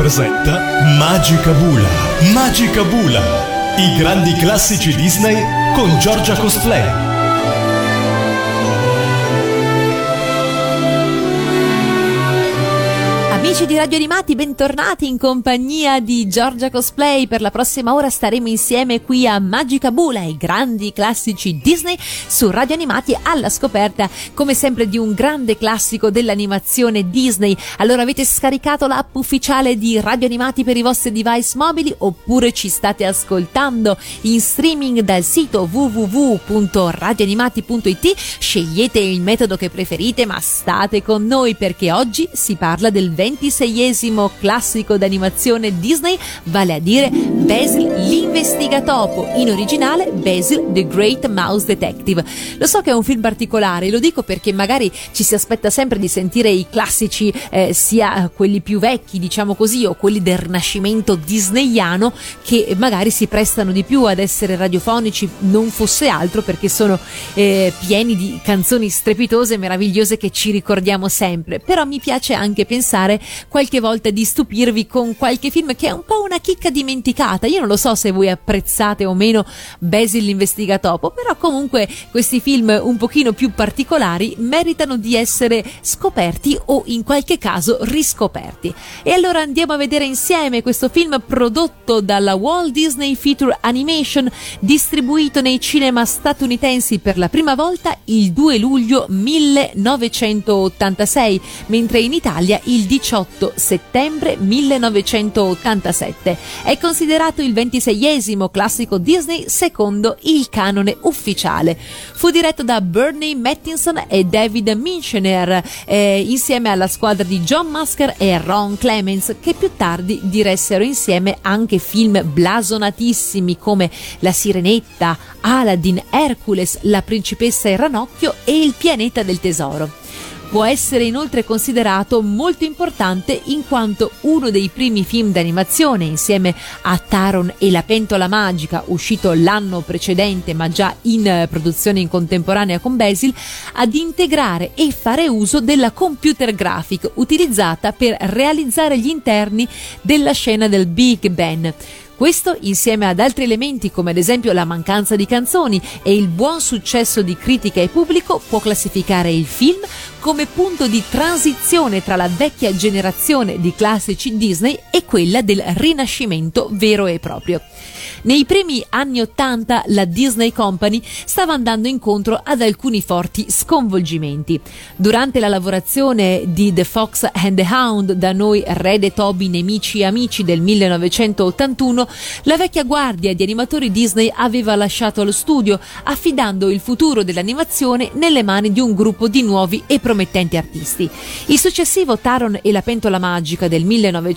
presenta Magica Bula. Magica Bula, i grandi classici Disney con Giorgia Cosplay. Amici di Radio Animati, bentornati in compagnia di Giorgia Cosplay. Per la prossima ora staremo insieme qui a Magica Bula, i grandi classici Disney su Radio Animati, alla scoperta come sempre di un grande classico dell'animazione Disney. Allora, avete scaricato l'app ufficiale di Radio Animati per i vostri device mobili oppure ci state ascoltando in streaming dal sito www.radioanimati.it? Scegliete il metodo che preferite, ma state con noi perché oggi si parla del 26esimo classico d'animazione Disney, vale a dire Basil l'investigatopo, in originale Basil the Great Mouse Detective. Lo so che è un film particolare, lo dico perché magari ci si aspetta sempre di sentire i classici, sia quelli più vecchi, diciamo così, o quelli del rinascimento disneyano, che magari si prestano di più ad essere radiofonici, non fosse altro perché sono pieni di canzoni strepitose e meravigliose che ci ricordiamo sempre. Però mi piace anche pensare qualche volta di stupirvi con qualche film che è un po' una chicca dimenticata. Io non lo so se voi apprezzate o meno Basil l'investigatopo, però comunque questi film un pochino più particolari meritano di essere scoperti o in qualche caso riscoperti. E allora andiamo a vedere insieme questo film prodotto dalla Walt Disney Feature Animation, distribuito nei cinema statunitensi per la prima volta il 2 luglio 1986, mentre in Italia il 18 settembre 1987. È considerato il 26esimo classico Disney secondo il canone ufficiale. Fu diretto da Bernie Mattinson e David Michener, insieme alla squadra di John Musker e Ron Clements, che più tardi diressero insieme anche film blasonatissimi come La Sirenetta, Aladdin, Hercules, La Principessa e il Ranocchio e Il Pianeta del Tesoro. Può essere inoltre considerato molto importante in quanto uno dei primi film d'animazione, insieme a Taron e la Pentola Magica, uscito l'anno precedente ma già in produzione in contemporanea con Basil, ad integrare e fare uso della computer graphic utilizzata per realizzare gli interni della scena del Big Ben. Questo, insieme ad altri elementi come ad esempio la mancanza di canzoni e il buon successo di critica e pubblico, può classificare il film come punto di transizione tra la vecchia generazione di classici Disney e quella del rinascimento vero e proprio. Nei primi anni *80 la Disney Company stava andando incontro ad alcuni forti sconvolgimenti. Durante la lavorazione di The Fox and the Hound, da noi Red e Toby nemici e amici del 1981, la vecchia guardia di animatori Disney aveva lasciato lo studio, affidando il futuro dell'animazione nelle mani di un gruppo di nuovi e promettenti artisti. Il successivo Taron e la Pentola Magica del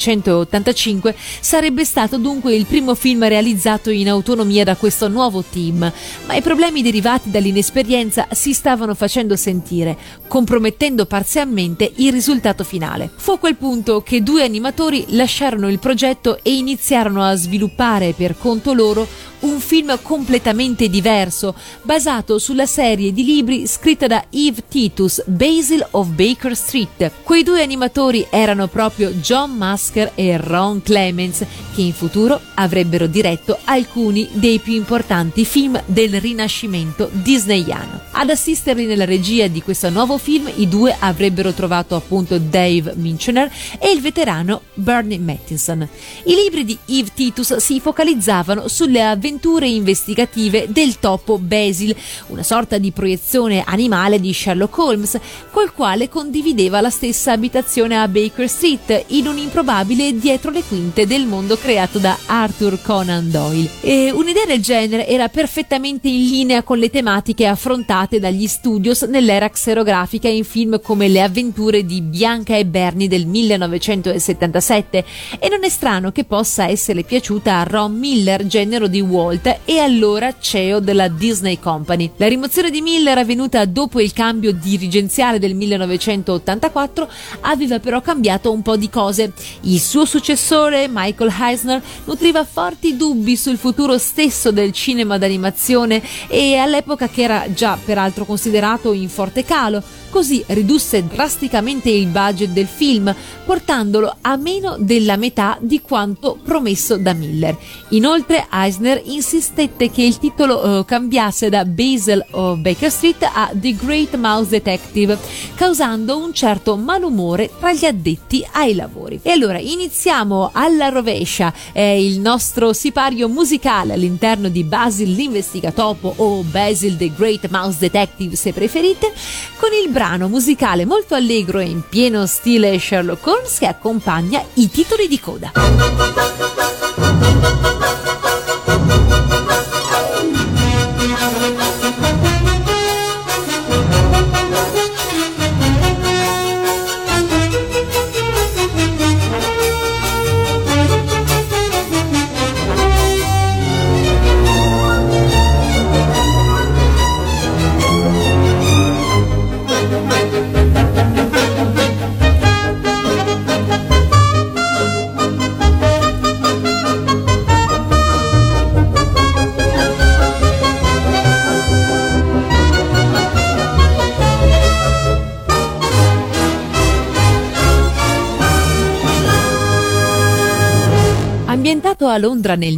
1985 sarebbe stato dunque il primo film realizzato in autonomia da questo nuovo team, ma i problemi derivati dall'inesperienza si stavano facendo sentire, compromettendo parzialmente il risultato finale. Fu a quel punto che due animatori lasciarono il progetto e iniziarono a sviluppare per conto loro un film completamente diverso, basato sulla serie di libri scritta da Eve Titus, Basil of Baker Street. Quei due animatori erano proprio John Musker e Ron Clements, che in futuro avrebbero diretto alcuni dei più importanti film del rinascimento disneyano. Ad assisterli nella regia di questo nuovo film i due avrebbero trovato appunto Dave Michener e il veterano Bernie Mattinson. I libri di Eve Titus si focalizzavano sulle avventure investigative del topo Basil, una sorta di proiezione animale di Sherlock Holmes, col quale condivideva la stessa abitazione a Baker Street, in un improbabile dietro le quinte del mondo creato da Arthur Conan Doyle. E un'idea del genere era perfettamente in linea con le tematiche affrontate dagli studios nell'era xerografica in film come Le avventure di Bianca e Bernie del 1977, e non è strano che possa essere piaciuto succeduta a Ron Miller, genero di Walt e allora CEO della Disney Company. La rimozione di Miller, avvenuta dopo il cambio dirigenziale del 1984, aveva però cambiato un po' di cose. Il suo successore, Michael Eisner, nutriva forti dubbi sul futuro stesso del cinema d'animazione e all'epoca, che era già peraltro considerato in forte calo, così ridusse drasticamente il budget del film, portandolo a meno della metà di quanto promesso da Miller. Inoltre Eisner insistette che il titolo cambiasse da Basil o Baker Street a The Great Mouse Detective, causando un certo malumore tra gli addetti ai lavori. E allora iniziamo alla rovescia il nostro sipario musicale all'interno di Basil l'investigatopo o Basil the Great Mouse Detective se preferite, con il brano musicale molto allegro e in pieno stile Sherlock Holmes che accompagna i titoli di coda. Ambientato a Londra nel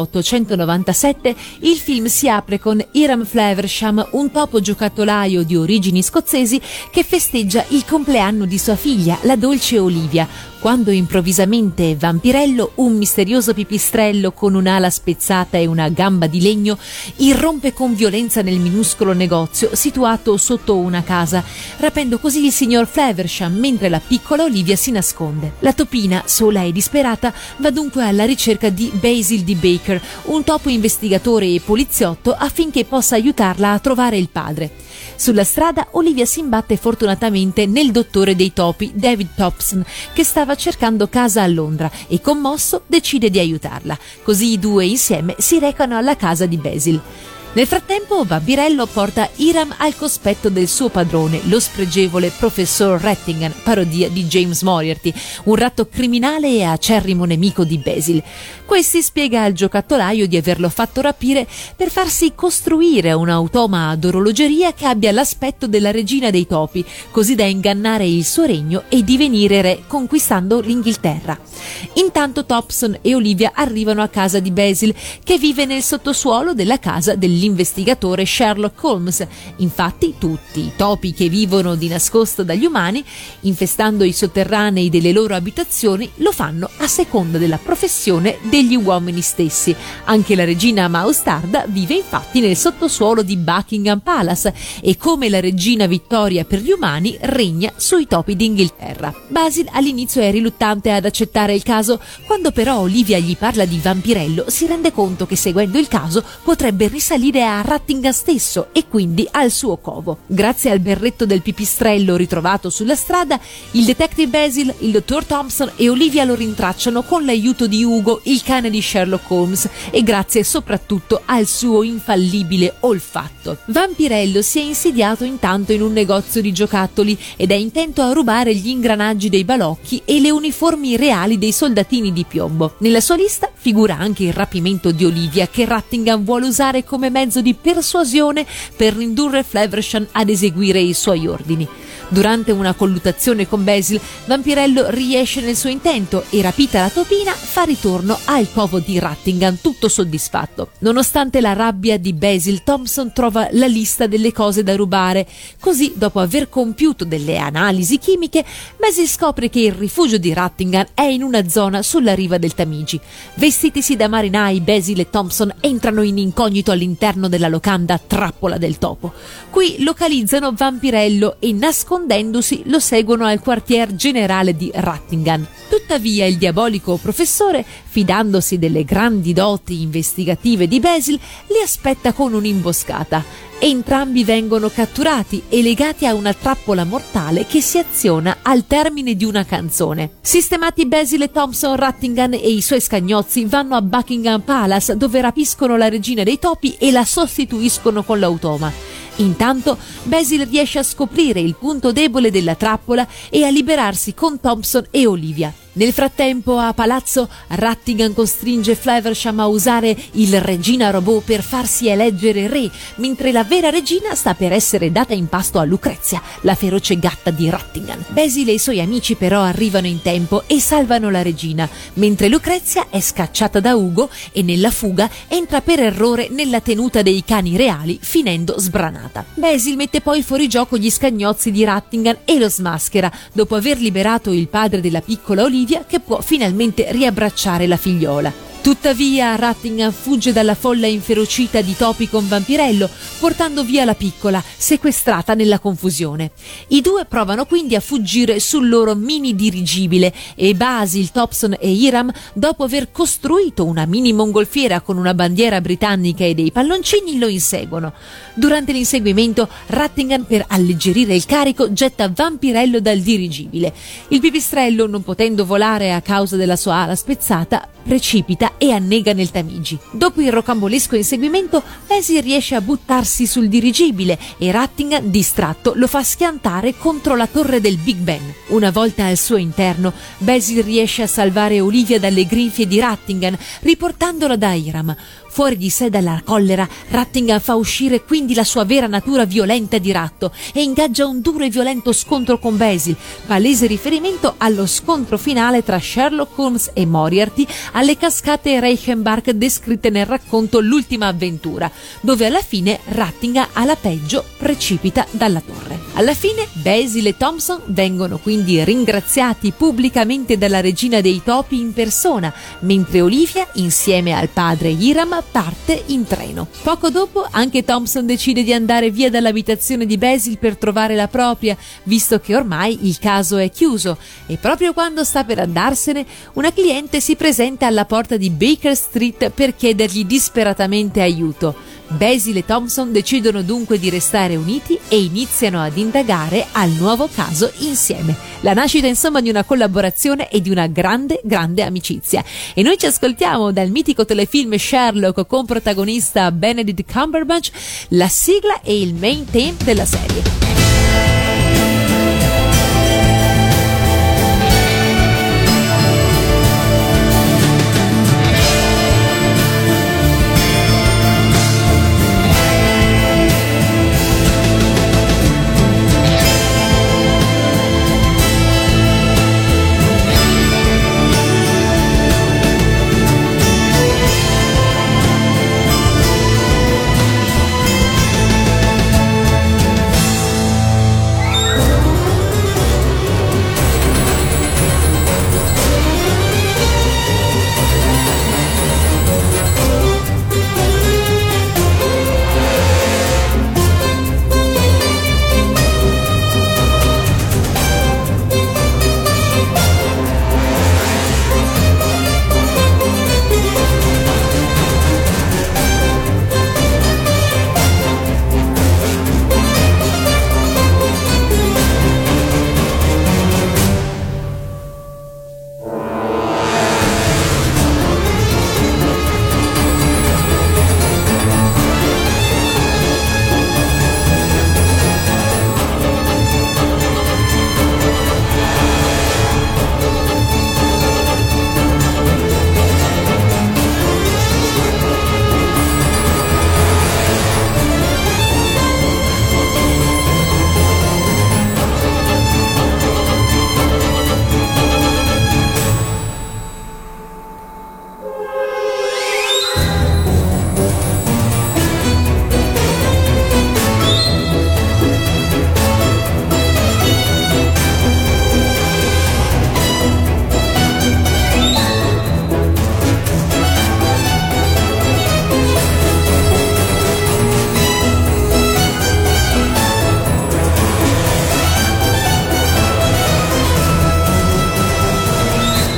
1897, il film si apre con Hiram Flaversham, un topo giocattolaio di origini scozzesi che festeggia il compleanno di sua figlia, la dolce Olivia, quando improvvisamente Vampirello, un misterioso pipistrello con un'ala spezzata e una gamba di legno, irrompe con violenza nel minuscolo negozio situato sotto una casa, rapendo così il signor Flaversham mentre la piccola Olivia si nasconde. La topina, sola e disperata, va dunque alla ricerca di Basil D. Baker, un topo investigatore e poliziotto, affinché possa aiutarla a trovare il padre. Sulla strada Olivia si imbatte fortunatamente nel dottore dei topi, David Thompson, che stava cercando casa a Londra e, commosso, decide di aiutarla. Così i due insieme si recano alla casa di Basil. Nel frattempo Vampirello porta Hiram al cospetto del suo padrone, lo spregevole professor Rattingham, parodia di James Moriarty, un ratto criminale e acerrimo nemico di Basil. Questi spiega al giocattolaio di averlo fatto rapire per farsi costruire un automa ad orologeria che abbia l'aspetto della regina dei topi, così da ingannare il suo regno e divenire re, conquistando l'Inghilterra. Intanto Thompson e Olivia arrivano a casa di Basil, che vive nel sottosuolo della casa dell'investigatore Sherlock Holmes. Infatti tutti i topi che vivono di nascosto dagli umani, infestando i sotterranei delle loro abitazioni, lo fanno a seconda della professione degli uomini stessi. Anche la regina Maustarda vive infatti nel sottosuolo di Buckingham Palace e, come la regina Vittoria per gli umani, regna sui topi d'Inghilterra. Basil all'inizio è riluttante ad accettare il caso, quando però Olivia gli parla di Vampirello si rende conto che, seguendo il caso, potrebbe risalire a Rattingham stesso e quindi al suo covo. Grazie al berretto del pipistrello ritrovato sulla strada, il detective Basil, il dottor Thompson e Olivia lo rintracciano con l'aiuto di Ugo, il cane di Sherlock Holmes, e grazie soprattutto al suo infallibile olfatto. Vampirello si è insediato intanto in un negozio di giocattoli ed è intento a rubare gli ingranaggi dei balocchi e le uniformi reali dei soldatini di piombo. Nella sua lista figura anche il rapimento di Olivia, che Rattingham vuole usare come mezzo di persuasione per indurre Flaversham ad eseguire i suoi ordini. Durante una colluttazione con Basil, Vampirello riesce nel suo intento e, rapita la topina, fa ritorno al covo di Rattingham tutto soddisfatto. Nonostante la rabbia di Basil, Thompson trova la lista delle cose da rubare. Così, dopo aver compiuto delle analisi chimiche, Basil scopre che il rifugio di Rattingham è in una zona sulla riva del Tamigi. Vestitisi da marinai, Basil e Thompson entrano in incognito all'interno della locanda Trappola del Topo. Qui localizzano Vampirello e, nascondendosi nascondendosi lo seguono al quartier generale di Rattingham. Tuttavia il diabolico professore, fidandosi delle grandi doti investigative di Basil, li aspetta con un'imboscata. Entrambi vengono catturati e legati a una trappola mortale che si aziona al termine di una canzone. Sistemati Basil e Thompson, Rattingham e i suoi scagnozzi vanno a Buckingham Palace, dove rapiscono la regina dei topi e la sostituiscono con l'automa. Intanto Basil riesce a scoprire il punto debole della trappola e a liberarsi con Thompson e Olivia. Nel frattempo a palazzo Rattingham costringe Flaversham a usare il regina robot per farsi eleggere re, mentre la vera regina sta per essere data in pasto a Lucrezia, la feroce gatta di Rattingham. Basil e i suoi amici però arrivano in tempo e salvano la regina, mentre Lucrezia è scacciata da Ugo e nella fuga entra per errore nella tenuta dei cani reali, finendo sbranata. Basil mette poi fuori gioco gli scagnozzi di Rattingham e lo smaschera, dopo aver liberato il padre della piccola Olivia, che può finalmente riabbracciare la figliola. Tuttavia Rattingham fugge dalla folla inferocita di topi con Vampirello, portando via la piccola, sequestrata nella confusione. I due provano quindi a fuggire sul loro mini dirigibile e Basil, Thompson e Hiram, dopo aver costruito una mini mongolfiera con una bandiera britannica e dei palloncini, lo inseguono. Durante l'inseguimento Rattingham, per alleggerire il carico, getta Vampirello dal dirigibile. Il pipistrello, non potendo volare a causa della sua ala spezzata, precipita e annega nel Tamigi. Dopo il rocambolesco inseguimento, Basil riesce a buttarsi sul dirigibile e Rattingham, distratto, lo fa schiantare contro la torre del Big Ben. Una volta al suo interno, Basil riesce a salvare Olivia dalle grinfie di Rattingham, riportandola da Hiram. Fuori di sé dalla collera, Rattingham fa uscire quindi la sua vera natura violenta di ratto e ingaggia un duro e violento scontro con Basil, palese riferimento allo scontro finale tra Sherlock Holmes e Moriarty alle cascate Reichenbach descritte nel racconto L'ultima avventura, dove alla fine Rattingham alla peggio precipita dalla torre. Alla fine Basil e Thompson vengono quindi ringraziati pubblicamente dalla regina dei topi in persona, mentre Olivia, insieme al padre Hiram, parte in treno. Poco dopo anche Thompson decide di andare via dall'abitazione di Basil per trovare la propria, visto che ormai il caso è chiuso, e proprio quando sta per andarsene una cliente si presenta alla porta di Baker Street per chiedergli disperatamente aiuto. Basil e Thompson decidono dunque di restare uniti e iniziano ad indagare al nuovo caso insieme. La nascita insomma di una collaborazione e di una grande amicizia. E noi ci ascoltiamo dal mitico telefilm Sherlock con protagonista Benedict Cumberbatch la sigla e il main theme della serie.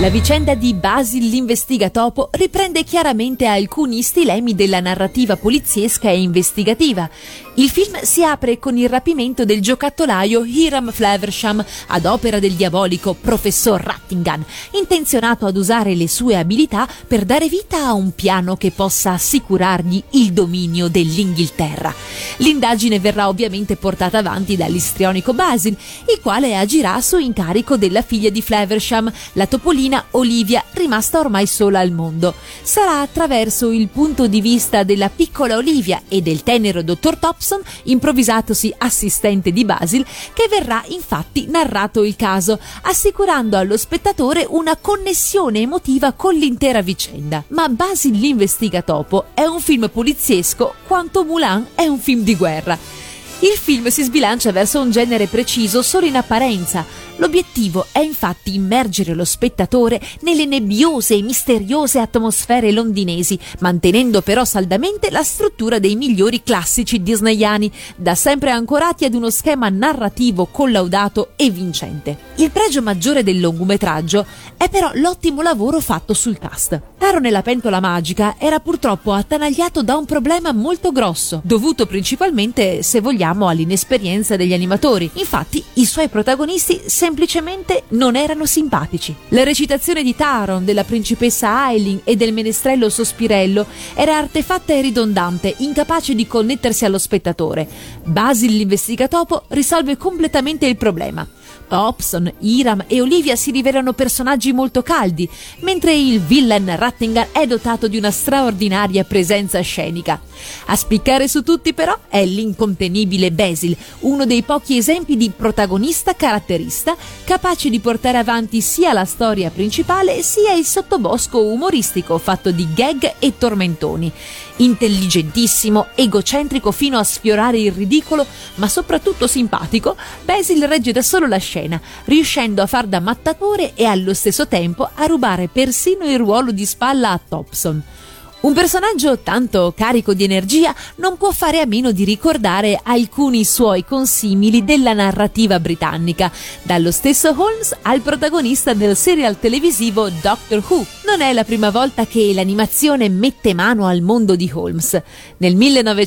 La vicenda di Basil l'investigatopo riprende chiaramente alcuni stilemi della narrativa poliziesca e investigativa. Il film si apre con il rapimento del giocattolaio Hiram Flaversham ad opera del diabolico professor Rattingham, intenzionato ad usare le sue abilità per dare vita a un piano che possa assicurargli il dominio dell'Inghilterra. L'indagine verrà ovviamente portata avanti dall'istrionico Basil, il quale agirà su incarico della figlia di Flaversham, la topolina Olivia, rimasta ormai sola al mondo. Sarà attraverso il punto di vista della piccola Olivia e del tenero dottor Thompson, improvvisatosi assistente di Basil, che verrà infatti narrato il caso, assicurando allo spettatore una connessione emotiva con l'intera vicenda. Ma Basil l'investigatopo è un film poliziesco quanto Mulan è un film di guerra. Il film si sbilancia verso un genere preciso solo in apparenza. L'obiettivo è infatti immergere lo spettatore nelle nebbiose e misteriose atmosfere londinesi, mantenendo però saldamente la struttura dei migliori classici disneyani, da sempre ancorati ad uno schema narrativo collaudato e vincente. Il pregio maggiore del lungometraggio è però l'ottimo lavoro fatto sul cast. Taro nella pentola magica era purtroppo attanagliato da un problema molto grosso, dovuto principalmente, se vogliamo, all'inesperienza degli animatori. Infatti, i suoi protagonisti semplicemente non erano simpatici. La recitazione di Taron, della principessa Aileen e del menestrello Sospirello era artefatta e ridondante, incapace di connettersi allo spettatore. Basil l'investigatopo risolve completamente il problema. Thompson, Hiram e Olivia si rivelano personaggi molto caldi, mentre il villain Rattingham è dotato di una straordinaria presenza scenica. A spiccare su tutti però è l'incontenibile Basil, uno dei pochi esempi di protagonista caratterista capace di portare avanti sia la storia principale sia il sottobosco umoristico fatto di gag e tormentoni. Intelligentissimo, egocentrico fino a sfiorare il ridicolo, ma soprattutto simpatico, Basil regge da solo la scena, riuscendo a far da mattatore e allo stesso tempo a rubare persino il ruolo di spalla a Thompson. Un personaggio tanto carico di energia non può fare a meno di ricordare alcuni suoi consimili della narrativa britannica, dallo stesso Holmes al protagonista del serial televisivo Doctor Who. Non è la prima volta che l'animazione mette mano al mondo di Holmes. Nel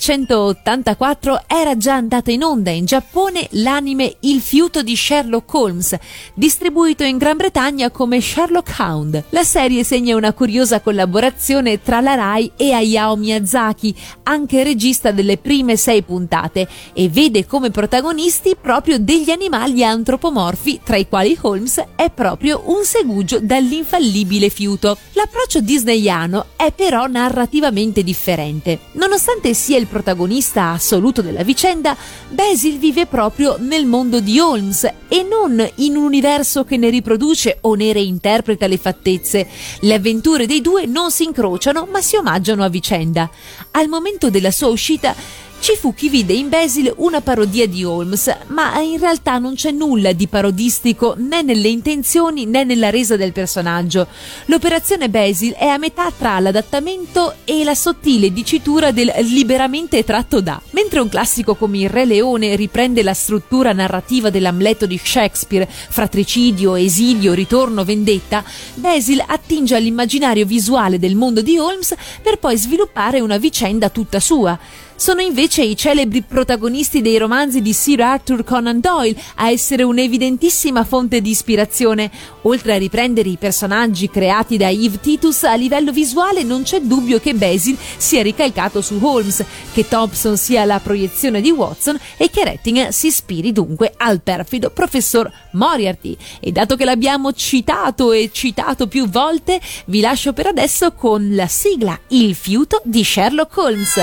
1984 era già andata in onda in Giappone l'anime Il fiuto di Sherlock Holmes, distribuito in Gran Bretagna come Sherlock Hound. La serie segna una curiosa collaborazione tra la Rai e Hayao Miyazaki, anche regista delle prime 6 puntate, e vede come protagonisti proprio degli animali antropomorfi, tra i quali Holmes è proprio un segugio dall'infallibile fiuto. L'approccio disneyano è però narrativamente differente. Nonostante sia il protagonista assoluto della vicenda, Basil vive proprio nel mondo di Holmes e non in un universo che ne riproduce o ne reinterpreta le fattezze. Le avventure dei due non si incrociano, ma si omaggiano a vicenda. Al momento della sua uscita ci fu chi vide in Basil una parodia di Holmes, ma in realtà non c'è nulla di parodistico né nelle intenzioni né nella resa del personaggio. L'operazione Basil è a metà tra l'adattamento e la sottile dicitura del liberamente tratto da. Mentre un classico come Il Re Leone riprende la struttura narrativa dell'Amleto di Shakespeare, fratricidio, esilio, ritorno, vendetta, Basil attinge all'immaginario visuale del mondo di Holmes per poi sviluppare una vicenda tutta sua. Sono invece i celebri protagonisti dei romanzi di Sir Arthur Conan Doyle a essere un'evidentissima fonte di ispirazione. Oltre a riprendere i personaggi creati da Yves Titus, a livello visuale non c'è dubbio che Basil sia ricalcato su Holmes, che Thompson sia la proiezione di Watson e che Rattingham si ispiri dunque al perfido professor Moriarty. E dato che l'abbiamo citato e citato più volte, vi lascio per adesso con la sigla Il fiuto di Sherlock Holmes.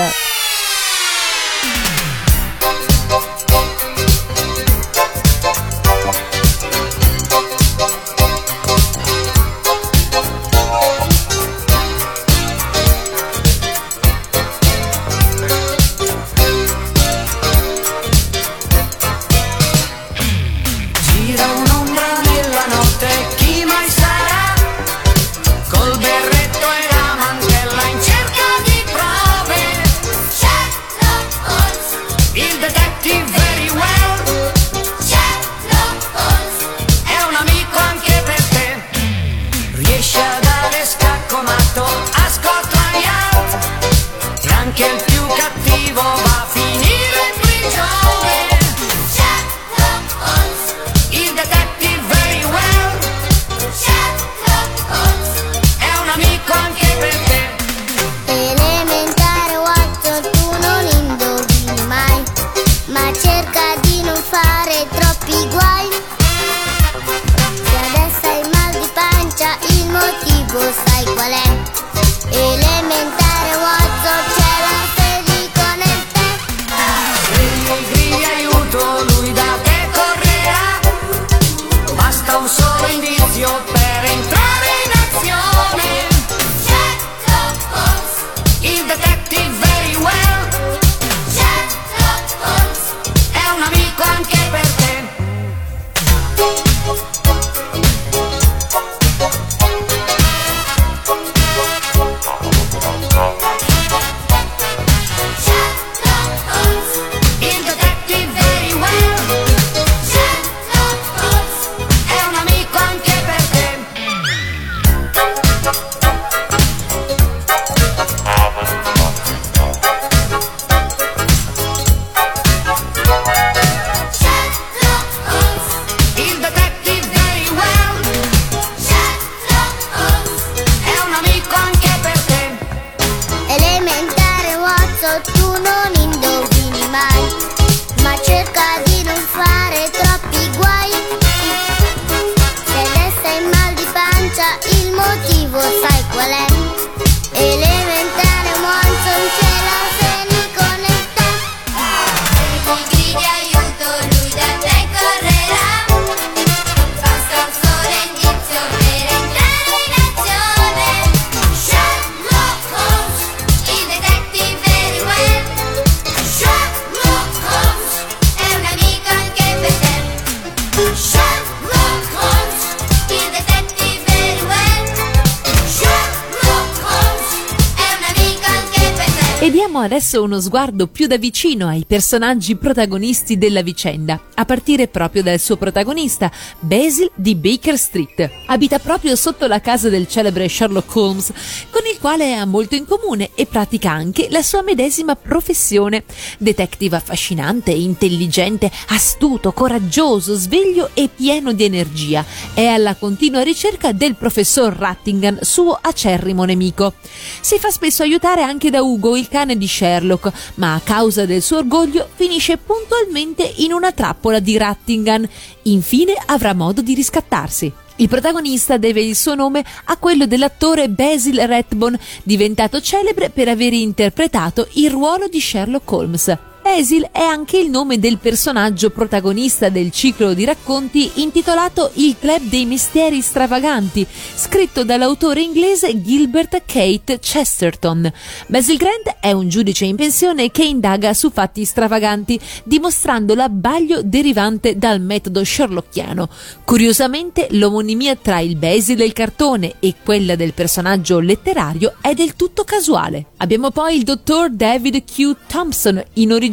adesso uno sguardo più da vicino ai personaggi protagonisti della vicenda, a partire proprio dal suo protagonista, Basil di Baker Street. Abita proprio sotto la casa del celebre Sherlock Holmes, con il quale ha molto in comune e pratica anche la sua medesima professione. Detective affascinante, intelligente, astuto, coraggioso, sveglio e pieno di energia. È alla continua ricerca del professor Rattingham, suo acerrimo nemico. Si fa spesso aiutare anche da Ugo, il cane di Sherlock, ma a causa del suo orgoglio finisce puntualmente in una trappola di Rattingham. Infine avrà modo di riscattarsi. Il protagonista deve il suo nome a quello dell'attore Basil Rathbone, diventato celebre per aver interpretato il ruolo di Sherlock Holmes. Basil è anche il nome del personaggio protagonista del ciclo di racconti intitolato Il Club dei Misteri Stravaganti, scritto dall'autore inglese Gilbert Keith Chesterton. Basil Grant è un giudice in pensione che indaga su fatti stravaganti, dimostrando l'abbaglio derivante dal metodo sherlockiano. Curiosamente, l'omonimia tra il Basil del cartone e quella del personaggio letterario è del tutto casuale. Abbiamo poi il dottor David Q. Thompson, in originale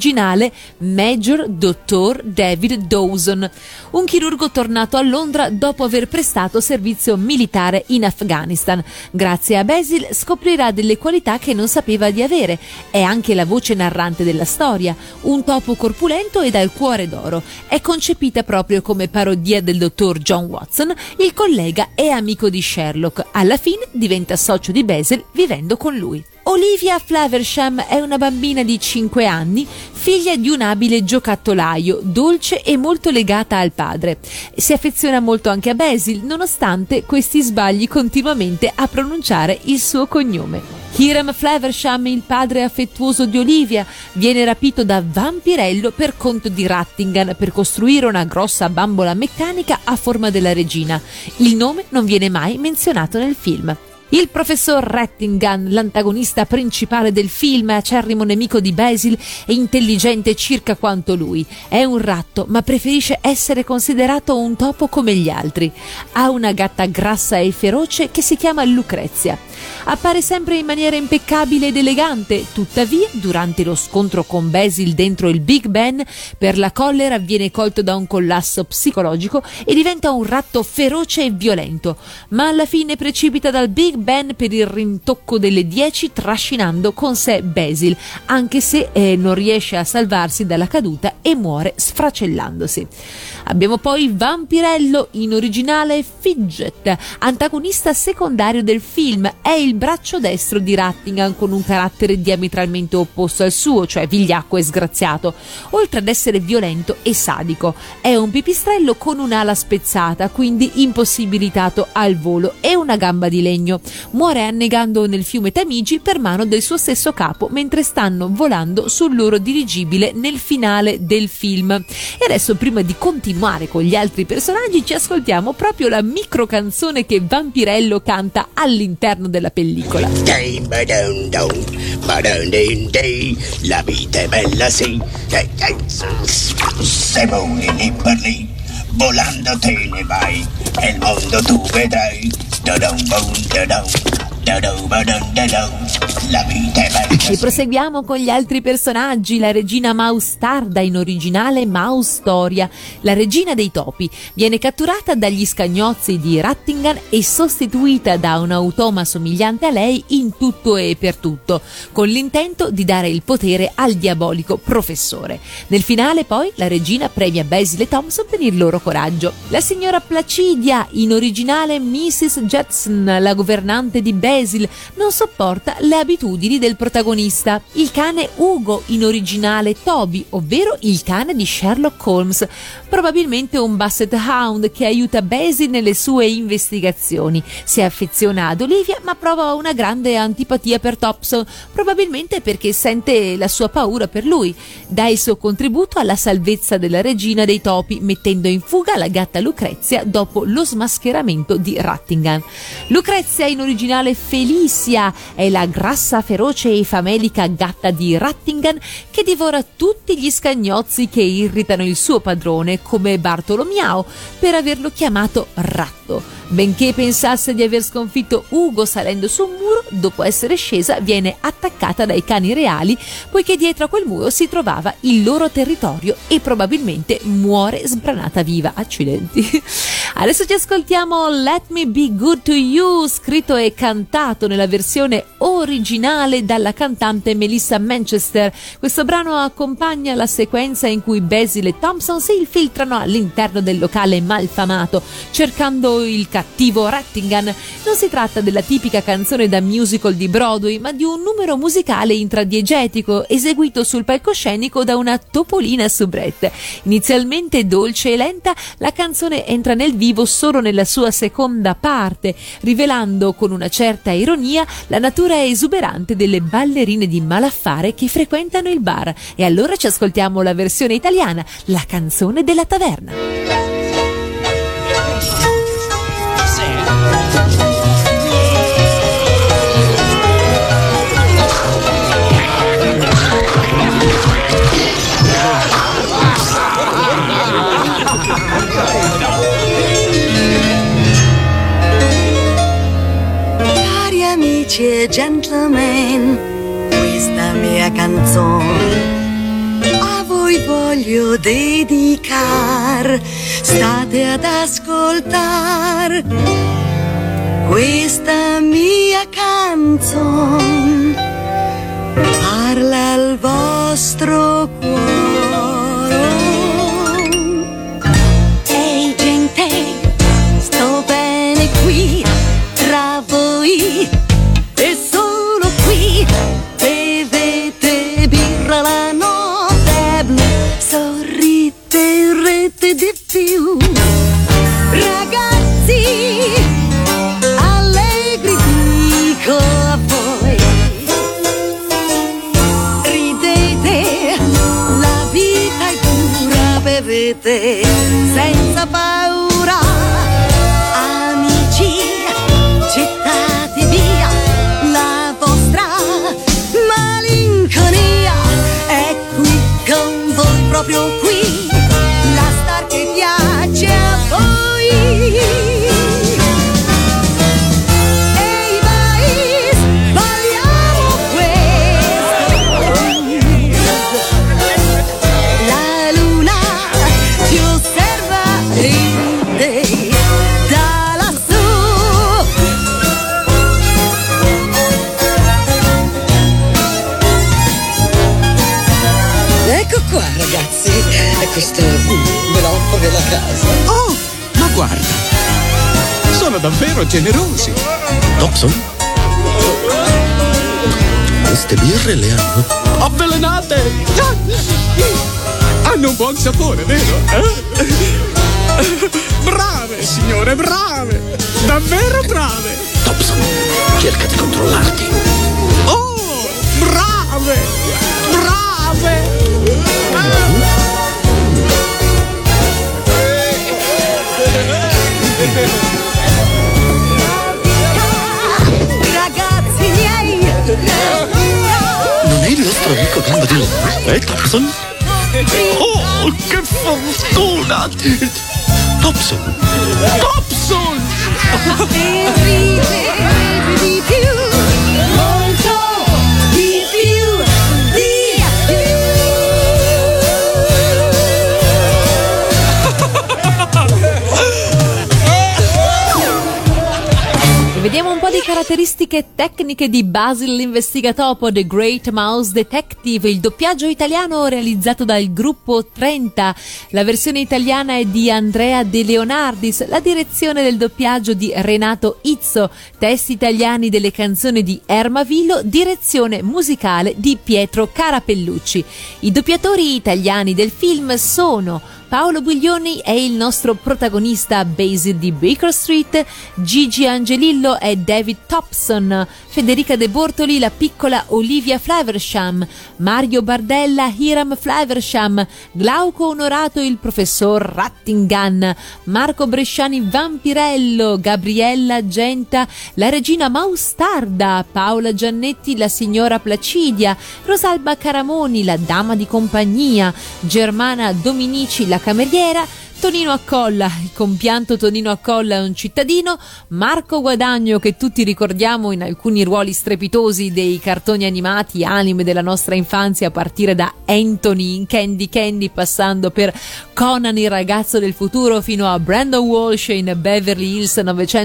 Major Dottor David Dawson, un chirurgo tornato a Londra dopo aver prestato servizio militare in Afghanistan. Grazie a Basil scoprirà delle qualità che non sapeva di avere. È anche la voce narrante della storia, un topo corpulento e dal cuore d'oro. È concepita proprio come parodia del dottor John Watson, il collega e amico di Sherlock. Alla fine diventa socio di Basil vivendo con lui. Olivia Flaversham è una bambina di 5 anni, figlia di un abile giocattolaio, dolce e molto legata al padre. Si affeziona molto anche a Basil, nonostante questi sbagli continuamente a pronunciare il suo cognome. Hiram Flaversham, il padre affettuoso di Olivia, viene rapito da Vampirello per conto di Rattingham per costruire una grossa bambola meccanica a forma della regina. Il nome non viene mai menzionato nel film. Il professor Rattingham, l'antagonista principale del film, acerrimo nemico di Basil, è intelligente circa quanto lui. È un ratto, ma preferisce essere considerato un topo come gli altri. Ha una gatta grassa e feroce che si chiama Lucrezia. Appare sempre in maniera impeccabile ed elegante, tuttavia, durante lo scontro con Basil dentro il Big Ben, per la collera viene colto da un collasso psicologico e diventa un ratto feroce e violento, ma alla fine precipita dal Big Ben per il rintocco delle 10, trascinando con sé Basil, anche se non riesce a salvarsi dalla caduta e muore sfracellandosi. Abbiamo poi Vampirello, in originale Fidget, antagonista secondario del film. È il braccio destro di Rattingham, con un carattere diametralmente opposto al suo, cioè vigliacco e sgraziato, oltre ad essere violento e sadico. È un pipistrello con un'ala spezzata, quindi impossibilitato al volo, e una gamba di legno. Muore annegando nel fiume Tamigi per mano del suo stesso capo mentre stanno volando sul loro dirigibile nel finale del film. E adesso, prima di continuare con gli altri personaggi, ci ascoltiamo proprio la micro canzone che Vampirello canta all'interno della pellicola. La vita è bella, sì. Se voli lì per lì, volando te ne vai, e il mondo tu vedrai. La vita è bella. E proseguiamo con gli altri personaggi. La regina Maustarda, in originale Maustoria, la regina dei topi, viene catturata dagli scagnozzi di Rattingham e sostituita da un automa somigliante a lei in tutto e per tutto, con l'intento di dare il potere al diabolico professore. Nel finale poi la regina premia Basil e Thompson per il loro coraggio. La signora Placidia, in originale Mrs. Jetson, la governante di Basil, non sopporta le abitudini del protagonista. Il cane Ugo, in originale Toby, ovvero il cane di Sherlock Holmes, probabilmente un Basset Hound che aiuta Basil nelle sue investigazioni. Si affeziona ad Olivia ma prova una grande antipatia per Thompson, probabilmente perché sente la sua paura per lui. Dà il suo contributo alla salvezza della regina dei topi, mettendo in fuga la gatta Lucrezia dopo lo smascheramento di Rattingham. Lucrezia, in originale Felicia è la grassa, feroce e famelica gatta di Rattingan che divora tutti gli scagnozzi che irritano il suo padrone, come Bartolomiao, per averlo chiamato ratto. Benché pensasse di aver sconfitto Ugo salendo su un muro, dopo essere scesa viene attaccata dai cani reali, poiché dietro a quel muro si trovava il loro territorio e probabilmente muore sbranata viva. Accidenti. Adesso ci ascoltiamo Let Me Be Good to You, scritto e cantato nella versione originale dalla cantante Melissa Manchester. Questo brano accompagna la sequenza in cui Basil e Thompson si infiltrano all'interno del locale malfamato cercando il cattivo Rattingan. Non si tratta della tipica canzone da musical di Broadway, ma di un numero musicale intradiegetico eseguito sul palcoscenico da una topolina soubrette. Inizialmente dolce e lenta, la canzone entra nel vivo solo nella sua seconda parte, rivelando con una certa ironia la natura esuberante delle ballerine di malaffare che frequentano il bar. E allora ci ascoltiamo la versione italiana, la canzone della taverna. Cari amici e gentlemen, questa mia canzone a voi voglio dedicar. State ad ascoltar questa mia canzone, parla al vostro cuore. Ehi gente, sto bene qui tra voi e solo qui bevete birra, la notte è blu, sorridete di più. Ragazzi allegri dico a voi, ridete, la vita è dura, bevete senza paura. Amici, gettate via la vostra malinconia, è qui con voi, proprio qui, la star che piace a voi. Ehi vai, balliamo questo, la luna ci osserva e ride da lassù. Ecco qua ragazzi, e questo me lo offro della casa. Oh, ma guarda, sono davvero generosi. Thompson? Queste birre le hanno Avvelenate! Hanno un buon sapore, vero? Brave, signore, brave! Davvero brave! Thompson, cerca di controllarti. Oh, brave! Brave! Ragazzi miei, Non è il nostro amico gamba di luna, Thompson? Oh, che fortuna! Thompson! Thompson! ridete di più, molto di più, di più. Vediamo un po' di caratteristiche tecniche di Basil l'investigatopo, The Great Mouse Detective, il doppiaggio italiano realizzato dal gruppo 30, la versione italiana è di Andrea De Leonardis, la direzione del doppiaggio di Renato Izzo, testi italiani delle canzoni di Ermavillo, direzione musicale di Pietro Carapellucci. I doppiatori italiani del film sono Paolo Guglioni è il nostro protagonista Basil di Baker Street, Gigi Angelillo è David Thompson, Federica De Bortoli la piccola Olivia Flaversham, Mario Bardella Hiram Flaversham, Glauco Onorato il professor Rattingan, Marco Bresciani Vampirello, Gabriella Genta la regina Maustarda, Paola Giannetti la signora Placidia, Rosalba Caramoni la dama di compagnia, Germana Dominici la cameriera, Tonino Accolla, il compianto Tonino Accolla è un cittadino, Marco Guadagno che tutti ricordiamo in alcuni ruoli strepitosi dei cartoni animati, anime della nostra infanzia, a partire da Anthony in Candy Candy, passando per Conan il ragazzo del futuro fino a Brandon Walsh in Beverly Hills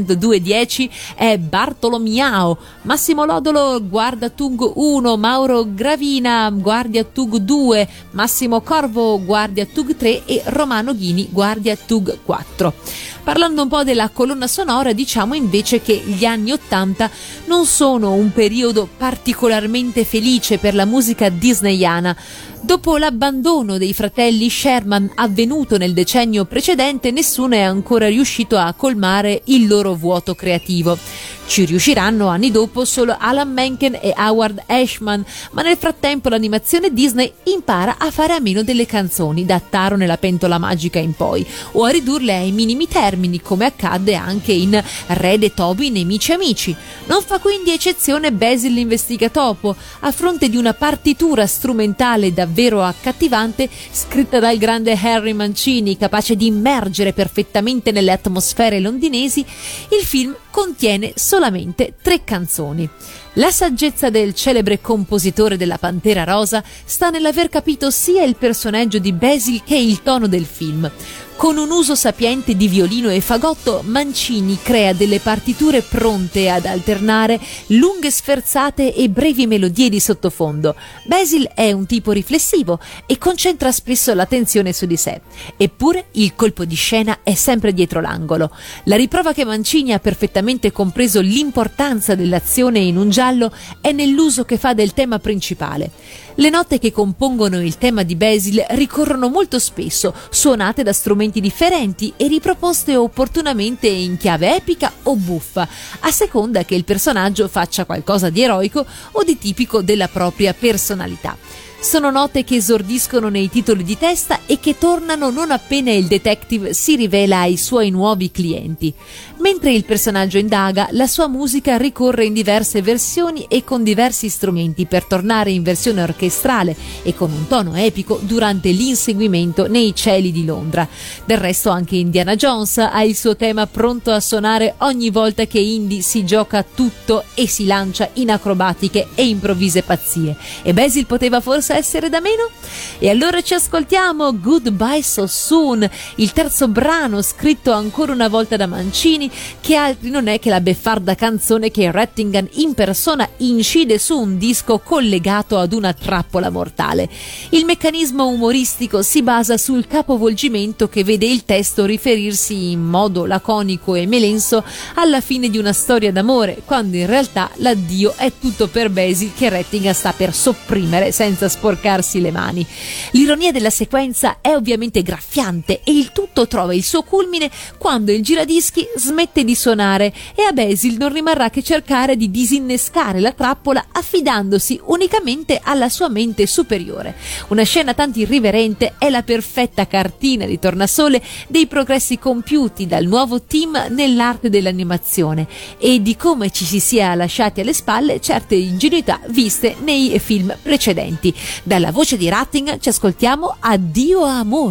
90210 è Bartolomiao, Massimo Lodolo Guardia Tug 1, Mauro Gravina Guardia Tug 2, Massimo Corvo Guardia Tug 3 e Romano Ghini Guardia Tug 4. Parlando un po' della colonna sonora, diciamo invece che gli anni '80 non sono un periodo particolarmente felice per la musica disneyana. Dopo l'abbandono dei fratelli Sherman avvenuto nel decennio precedente, nessuno è ancora riuscito a colmare il loro vuoto creativo. Ci riusciranno anni dopo solo Alan Menken e Howard Ashman, ma nel frattempo l'animazione Disney impara a fare a meno delle canzoni da Taro nella pentola magica in poi, o a ridurle ai minimi termini, come accadde anche in Red e Toby Nemici Amici. Non fa quindi eccezione Basil l'investigatopo, a fronte di una partitura strumentale davvero accattivante scritta dal grande Harry Mancini, capace di immergere perfettamente nelle atmosfere londinesi. Il film contiene solamente 3 canzoni. La saggezza del celebre compositore della Pantera Rosa sta nell'aver capito sia il personaggio di Basil che il tono del film. Con un uso sapiente di violino e fagotto, Mancini crea delle partiture pronte ad alternare lunghe sferzate e brevi melodie di sottofondo. Basil è un tipo riflessivo e concentra spesso l'attenzione su di sé. Eppure il colpo di scena è sempre dietro l'angolo. La riprova che Mancini ha perfettamente compreso l'importanza dell'azione in un giallo è nell'uso che fa del tema principale. Le note che compongono il tema di Basil ricorrono molto spesso, suonate da strumenti differenti e riproposte opportunamente in chiave epica o buffa, a seconda che il personaggio faccia qualcosa di eroico o di tipico della propria personalità. Sono note che esordiscono nei titoli di testa e che tornano non appena il detective si rivela ai suoi nuovi clienti. Mentre il personaggio indaga, la sua musica ricorre in diverse versioni e con diversi strumenti per tornare in versione orchestrale e con un tono epico durante l'inseguimento nei cieli di Londra. Del resto anche Indiana Jones ha il suo tema pronto a suonare ogni volta che Indy si gioca tutto e si lancia in acrobatiche e improvvise pazzie. E Basil poteva forse essere da meno? E allora ci ascoltiamo Goodbye So Soon, il terzo brano scritto ancora una volta da Mancini, che altri non è che la beffarda canzone che Rattingan in persona incide su un disco collegato ad una trappola mortale. Il meccanismo umoristico si basa sul capovolgimento che vede il testo riferirsi in modo laconico e melenso alla fine di una storia d'amore, quando in realtà l'addio è tutto per Basil che Rattingan sta per sopprimere senza sporcarsi le mani. L'ironia della sequenza è ovviamente graffiante e il tutto trova il suo culmine quando il giradischi smette di suonare e a Basil non rimarrà che cercare di disinnescare la trappola affidandosi unicamente alla sua mente superiore. Una scena tanto irriverente è la perfetta cartina di tornasole dei progressi compiuti dal nuovo team nell'arte dell'animazione e di come ci si sia lasciati alle spalle certe ingenuità viste nei film precedenti. Dalla voce di Rattingan ci ascoltiamo Addio Amor.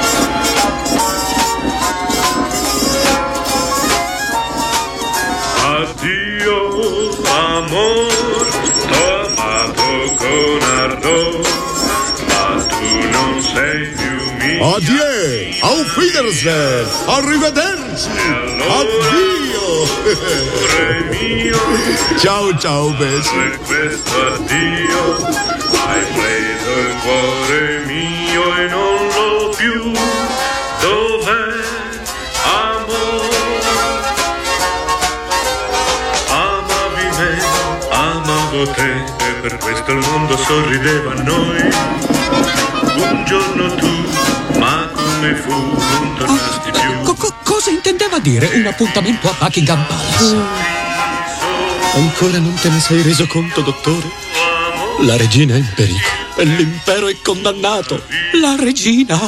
Addio amor, t'ho amato con ardor, ma tu non sei più mio. Addio, auf Wiedersehen, arrivederci, addio. Amore mio, Ciao ciao Basil. per questo addio hai preso il cuore mio e non l'ho più. Dov'è amore? Amavi me, amavo te e per questo il mondo sorrideva a noi. Un giorno tu, ma come come fu, non tornasti più. Cosa intendeva dire un appuntamento a Buckingham Palace? Ancora non te ne sei reso conto, dottore? La regina è in pericolo e l'impero è condannato. La regina?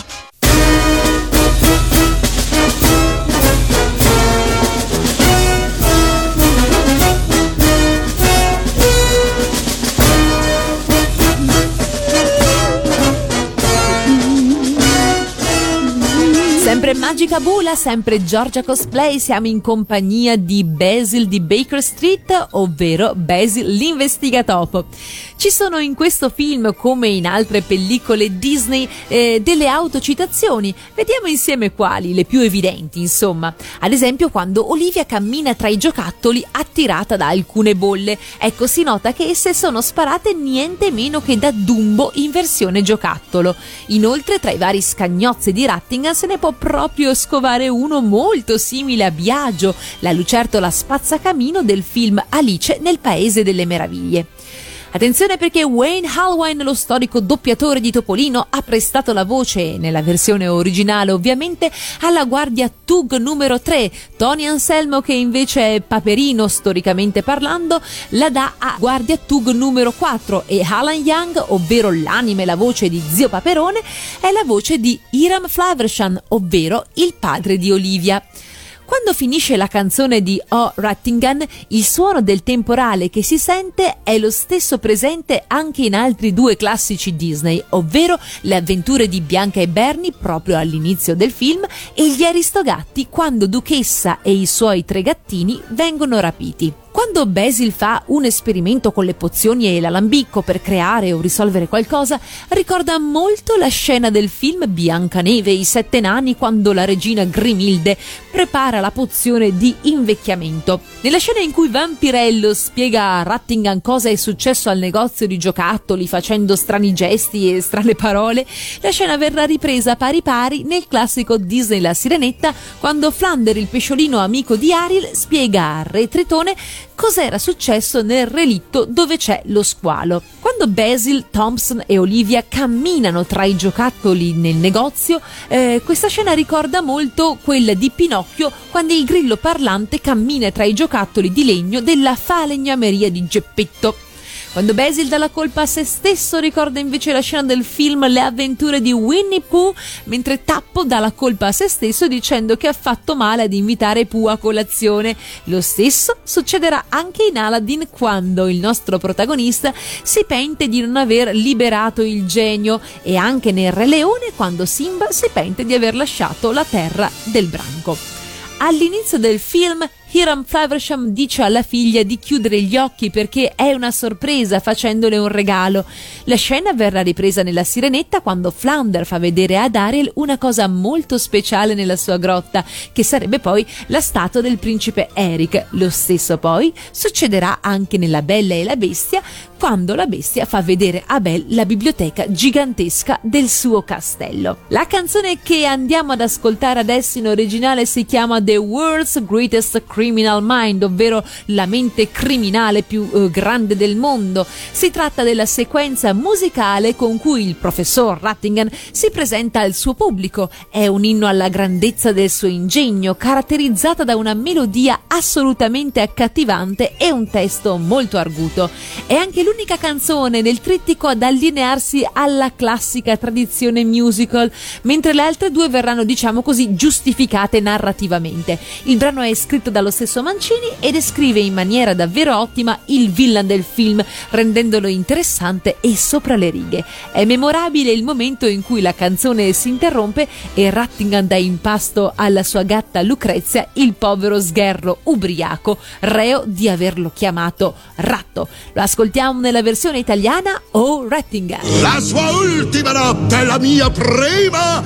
Sempre Magica Bula, sempre Giorgia Cosplay, siamo in compagnia di Basil di Baker Street, ovvero Basil l'investigatopo. Ci sono in questo film, come in altre pellicole Disney, delle autocitazioni. Vediamo insieme quali, le più evidenti, insomma. Ad esempio quando Olivia cammina tra i giocattoli attirata da alcune bolle. Ecco, si nota che esse sono sparate niente meno che da Dumbo in versione giocattolo. Inoltre, tra i vari scagnozzi di Rattingham se ne può proprio scovare uno molto simile a Biagio, la lucertola spazzacamino del film Alice nel Paese delle Meraviglie. Attenzione, perché Wayne Allwine, lo storico doppiatore di Topolino, ha prestato la voce, nella versione originale ovviamente, alla guardia Tug numero 3. Tony Anselmo, che invece è Paperino storicamente parlando, la dà a guardia Tug numero 4, e Alan Young, ovvero l'anima e la voce di Zio Paperone, è la voce di Hiram Flavershan, ovvero il padre di Olivia. Quando finisce la canzone di O Rattingham, il suono del temporale che si sente è lo stesso presente anche in altri due classici Disney, ovvero Le avventure di Bianca e Bernie proprio all'inizio del film e Gli Aristogatti quando Duchessa e i suoi 3 gattini vengono rapiti. Quando Basil fa un esperimento con le pozioni e l'alambicco per creare o risolvere qualcosa, ricorda molto la scena del film Biancaneve e i 7 nani quando la regina Grimilde prepara la pozione di invecchiamento. Nella scena in cui Vampirello spiega a Rattingham cosa è successo al negozio di giocattoli facendo strani gesti e strane parole, la scena verrà ripresa pari pari nel classico Disney La Sirenetta, quando Flounder, il pesciolino amico di Ariel, spiega a Re Tritone cos'era successo nel relitto dove c'è lo squalo. Quando Basil, Thompson e Olivia camminano tra i giocattoli nel negozio, questa scena ricorda molto quella di Pinocchio quando il grillo parlante cammina tra i giocattoli di legno della falegnameria di Geppetto. Quando Basil dà la colpa a se stesso, ricorda invece la scena del film Le avventure di Winnie Pooh, mentre Tappo dà la colpa a se stesso dicendo che ha fatto male ad invitare Pooh a colazione. Lo stesso succederà anche in Aladdin, quando il nostro protagonista si pente di non aver liberato il genio, e anche nel Re Leone, quando Simba si pente di aver lasciato la terra del branco. All'inizio del film Hiram Flavershan dice alla figlia di chiudere gli occhi perché è una sorpresa, facendole un regalo. La scena verrà ripresa nella Sirenetta quando Flounder fa vedere ad Ariel una cosa molto speciale nella sua grotta, che sarebbe poi la statua del principe Eric. Lo stesso poi succederà anche nella Bella e la Bestia, quando la bestia fa vedere a Belle la biblioteca gigantesca del suo castello. La canzone che andiamo ad ascoltare adesso in originale si chiama The World's Greatest Criminal Mind, ovvero la mente criminale più grande del mondo. Si tratta della sequenza musicale con cui il professor Rattingham si presenta al suo pubblico. È un inno alla grandezza del suo ingegno, caratterizzata da una melodia assolutamente accattivante e un testo molto arguto. È anche l'unica canzone del trittico ad allinearsi alla classica tradizione musical, mentre le altre due verranno, diciamo così, giustificate narrativamente. Il brano è scritto dallo stesso Mancini e descrive in maniera davvero ottima il villain del film, rendendolo interessante e sopra le righe. È memorabile il momento in cui la canzone si interrompe e Rattingham dà in pasto alla sua gatta Lucrezia il povero sgherro ubriaco, reo di averlo chiamato ratto. Lo ascoltiamo nella versione italiana, O Rattingham. La sua ultima notte, la mia prima,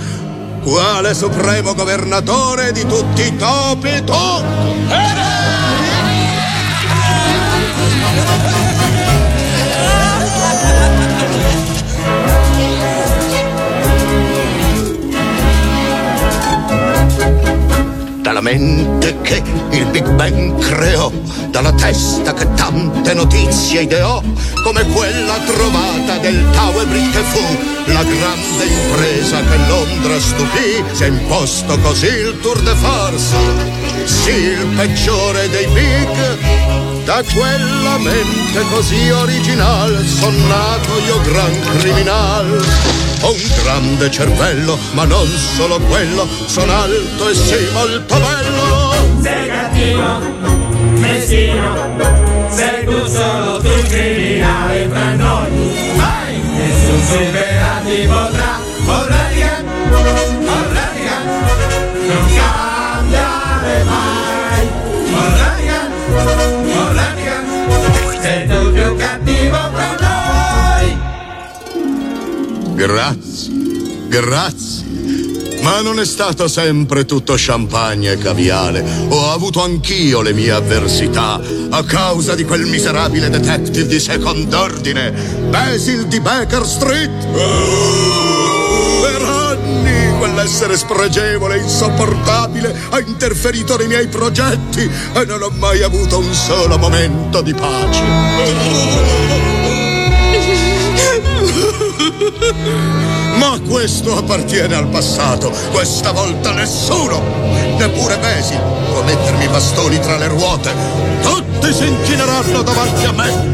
quale supremo governatore di tutti i topi e Dalla la mente che il Big Bang creò, dalla testa che tante notizie ideò, come quella trovata del Tower Bridge che fu la grande impresa che Londra stupì. Si è imposto così il tour de force, sì, il peggiore dei big. Da quella mente così original son nato io gran criminal. Ho un grande cervello, ma non solo quello, son alto e sì molto bello. Sei cattivo, messino, sei tu solo tu criminale tra noi. Vai! Nessun supera ti potrà, non cambiare mai. Sei tu più cattivo tra noi. Grazie. Ma non è stato sempre tutto champagne e caviale. Ho avuto anch'io le mie avversità a causa di quel miserabile detective di second'ordine, Basil di Baker Street. Per anni quell'essere spregevole e insopportabile ha interferito nei miei progetti e non ho mai avuto un solo momento di pace. Ma questo appartiene al passato. Questa volta nessuno, neppure Basil, può mettermi i bastoni tra le ruote. Tutti si inchineranno davanti a me.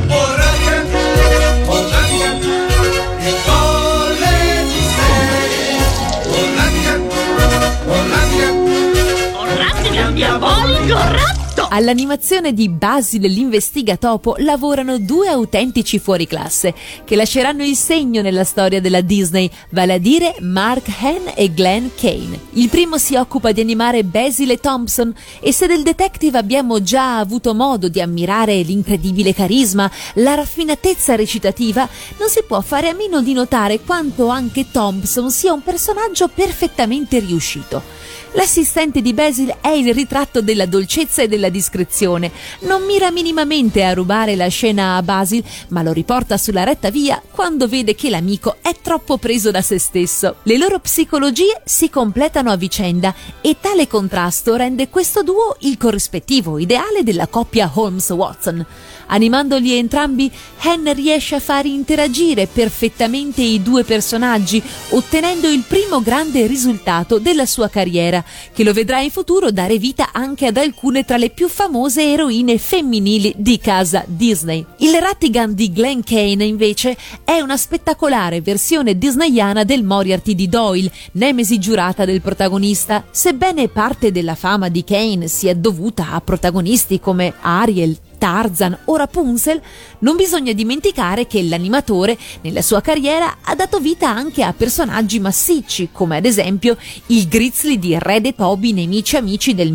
Diabolico ratto! All'animazione di Basil l'investigatopo lavorano due autentici fuoriclasse che lasceranno il segno nella storia della Disney, vale a dire Mark Hahn e Glenn Kane. Il primo si occupa di animare Basil e Thompson, e se del detective abbiamo già avuto modo di ammirare l'incredibile carisma, la raffinatezza recitativa, non si può fare a meno di notare quanto anche Thompson sia un personaggio perfettamente riuscito. L'assistente di Basil è il ritratto della dolcezza e della discrezione. Non mira minimamente a rubare la scena a Basil, ma lo riporta sulla retta via quando vede che l'amico è troppo preso da se stesso. Le loro psicologie si completano a vicenda e tale contrasto rende questo duo il corrispettivo ideale della coppia Holmes-Watson. Animandoli entrambi, Hahn riesce a far interagire perfettamente i due personaggi, ottenendo il primo grande risultato della sua carriera, che lo vedrà in futuro dare vita anche ad alcune tra le più famose eroine femminili di casa Disney. Il Rattigan di Glenn Kane, invece, è una spettacolare versione disneyana del Moriarty di Doyle, nemesi giurata del protagonista. Sebbene parte della fama di Kane sia dovuta a protagonisti come Ariel, Tarzan o Rapunzel, non bisogna dimenticare che l'animatore nella sua carriera ha dato vita anche a personaggi massicci, come ad esempio il Grizzly di Red e Toby, Nemici Amici del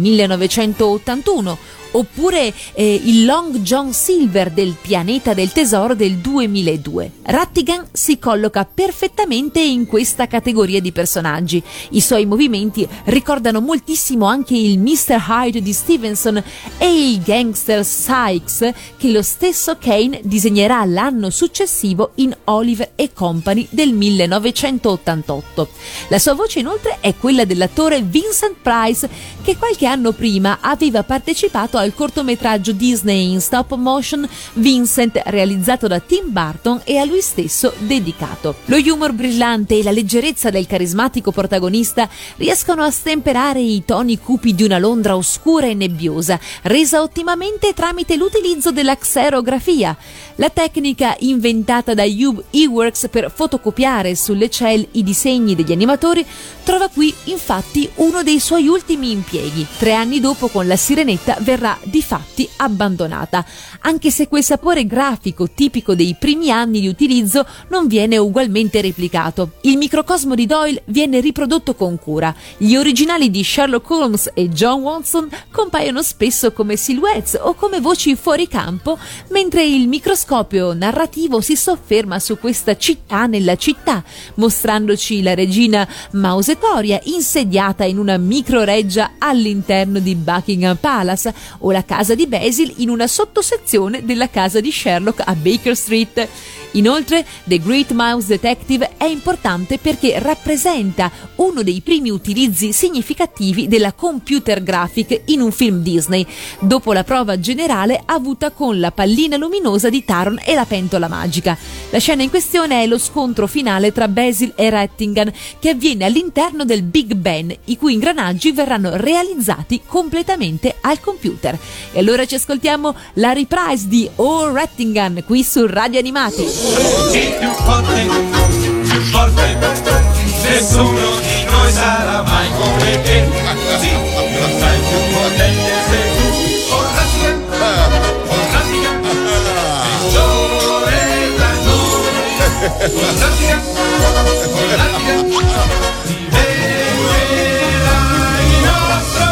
1981, oppure il Long John Silver del Pianeta del Tesoro del 2002. Rattigan si colloca perfettamente in questa categoria di personaggi. I suoi movimenti ricordano moltissimo anche il Mr. Hyde di Stevenson e il gangster Sykes che lo stesso Kane disegnerà l'anno successivo in Oliver & Company del 1988. La sua voce inoltre è quella dell'attore Vincent Price, che qualche anno prima aveva partecipato al cortometraggio Disney in stop motion Vincent, realizzato da Tim Burton e a lui stesso dedicato. Lo humor brillante e la leggerezza del carismatico protagonista riescono a stemperare i toni cupi di una Londra oscura e nebbiosa, resa ottimamente tramite l'utilizzo della xerografia. La tecnica inventata da Hugh Eworks per fotocopiare sulle cel i disegni degli animatori trova qui infatti uno dei suoi ultimi impieghi. 3 anni dopo, con La Sirenetta, verrà difatti abbandonata, anche se quel sapore grafico tipico dei primi anni di utilizzo non viene ugualmente replicato. Il microcosmo di Doyle viene riprodotto con cura. Gli originali di Sherlock Holmes e John Watson compaiono spesso come silhouettes o come voci fuori campo, mentre il microscopio narrativo si sofferma su questa città nella città, mostrandoci la regina Mausetoria insediata in una microreggia all'interno di Buckingham Palace, o la casa di Basil in una sottosezione della casa di Sherlock a Baker Street. Inoltre The Great Mouse Detective è importante perché rappresenta uno dei primi utilizzi significativi della computer graphic in un film Disney, dopo la prova generale avuta con la pallina luminosa di Taron e la pentola magica. La scena in questione è lo scontro finale tra Basil e Rattigan, che avviene all'interno del Big Ben, i cui ingranaggi verranno realizzati completamente al computer. E allora ci ascoltiamo la reprise di Oh Rattigan qui su Radio Animati. Sì, più forte, nessuno di noi sarà mai come te. Sì, non sai più potente sei tu. Oh Rattigan, peggiore tra noi. Oh Rattigan, diventerai nostro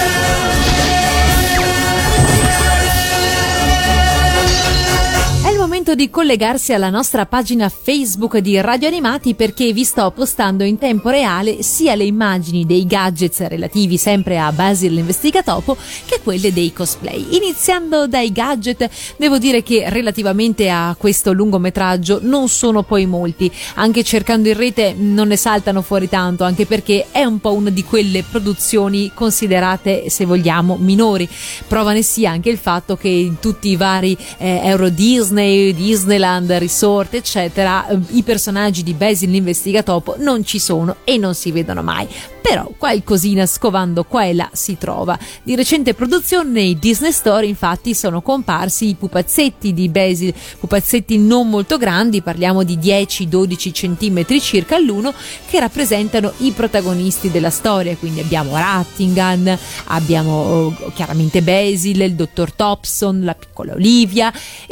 di collegarsi alla nostra pagina Facebook di Radio Animati, perché vi sto postando in tempo reale sia le immagini dei gadgets relativi sempre a Basil l'investigatopo che quelle dei cosplay. Iniziando dai gadget, devo dire che relativamente a questo lungometraggio non sono poi molti, anche cercando in rete non ne saltano fuori tanto, anche perché è un po' una di quelle produzioni considerate, se vogliamo, minori. Prova ne sia anche il fatto che in tutti i vari Euro Disney, Disneyland Resort eccetera, i personaggi di Basil l'investigatopo non ci sono e non si vedono mai, però qualcosina scovando qua e là si trova. Di recente produzione nei Disney Store infatti sono comparsi i pupazzetti di Basil, pupazzetti non molto grandi, parliamo di 10-12 centimetri circa all'uno, che rappresentano i protagonisti della storia. Quindi abbiamo Rattigan, abbiamo chiaramente Basil, il dottor Thompson, la piccola Olivia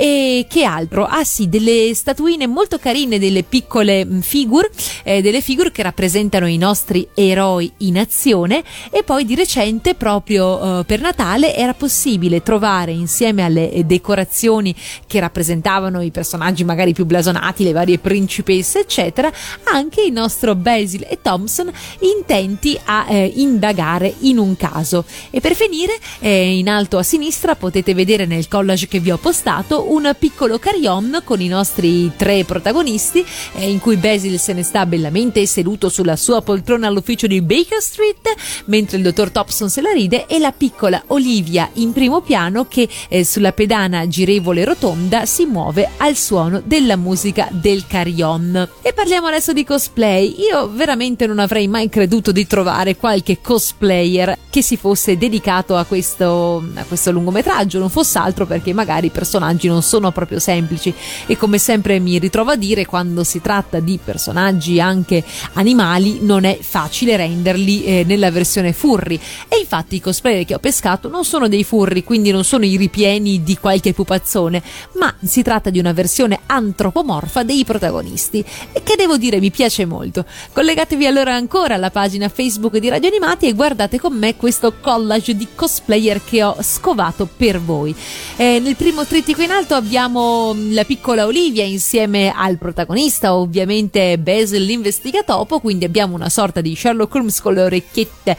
e che altro? Ah sì, delle statuine molto carine, delle piccole figure, delle figure che rappresentano i nostri eroi in azione. E poi di recente proprio per Natale era possibile trovare, insieme alle decorazioni che rappresentavano i personaggi magari più blasonati, le varie principesse eccetera, anche il nostro Basil e Thompson intenti a indagare in un caso. E per finire, in alto a sinistra potete vedere nel collage che vi ho postato un piccolo carillon con i nostri tre protagonisti, in cui Basil se ne sta bellamente seduto sulla sua poltrona all'ufficio di Baker Street, mentre il dottor Thompson se la ride, e la piccola Olivia in primo piano che sulla pedana girevole rotonda si muove al suono della musica del carillon. E parliamo adesso di cosplay. Io veramente non avrei mai creduto di trovare qualche cosplayer che si fosse dedicato a questo lungometraggio, non fosse altro perché magari i personaggi non sono proprio semplici, e come sempre mi ritrovo a dire, quando si tratta di personaggi anche animali non è facile renderli nella versione furry. E infatti i cosplayer che ho pescato non sono dei furry, quindi non sono i ripieni di qualche pupazzone, ma si tratta di una versione antropomorfa dei protagonisti, e che devo dire mi piace molto. Collegatevi allora ancora alla pagina Facebook di Radio Animati e guardate con me questo collage di cosplayer che ho scovato per voi. Nel primo trittico in alto abbiamo la piccola Olivia insieme al protagonista, ovviamente Basil l'investigatopo, quindi abbiamo una sorta di Sherlock Holmes con le orecchiette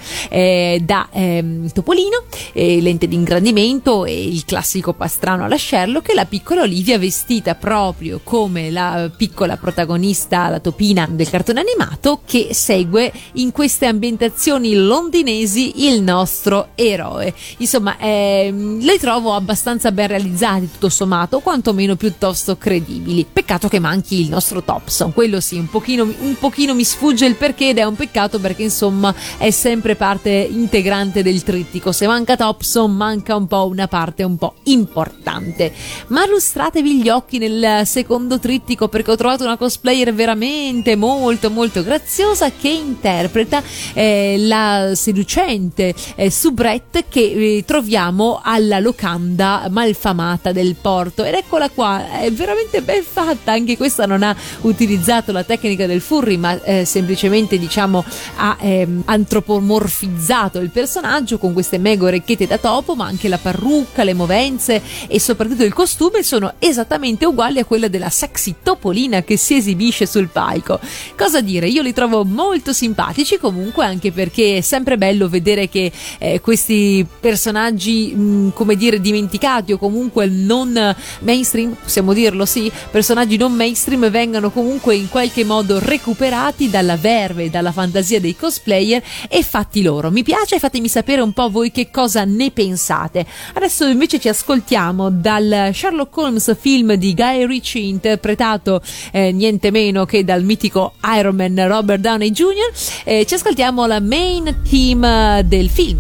da topolino, lente di ingrandimento e il classico pastrano alla Sherlock, e la piccola Olivia vestita proprio come la piccola protagonista, la topina del cartone animato, che segue in queste ambientazioni londinesi il nostro eroe. Insomma, le trovo abbastanza ben realizzati tutto sommato, quantomeno piuttosto credibili. Peccato che manchi il nostro Thompson, quello sì, un pochino mi sfugge il perché, ed è un peccato perché insomma è sempre parte integrante del trittico. Se manca Thompson manca un po' una parte un po' importante. Ma lustratevi gli occhi nel secondo trittico, perché ho trovato una cosplayer veramente molto molto graziosa che interpreta la seducente soubrette che troviamo alla locanda malfamata del porto. Ed eccola qua, è veramente ben fatta. Anche questa non ha utilizzato la tecnica del furry, ma semplicemente diciamo ha antropomorfizzato il personaggio con queste mega orecchiette da topo, ma anche la parrucca, le movenze e soprattutto il costume sono esattamente uguali a quella della sexy topolina che si esibisce sul palco. Cosa dire, io li trovo molto simpatici comunque, anche perché è sempre bello vedere che questi personaggi come dire dimenticati o comunque non mainstream possiamo dirlo, sì, personaggi non mainstream vengano comunque in qualche modo recuperati dalla verve e dalla fantasia dei cosplayer e fatti loro. Mi piace, fatemi sapere un po' voi che cosa ne pensate. Adesso invece ci ascoltiamo dal Sherlock Holmes film di Guy Ritchie, interpretato niente meno che dal mitico Iron Man Robert Downey Jr. Ci ascoltiamo la main theme del film.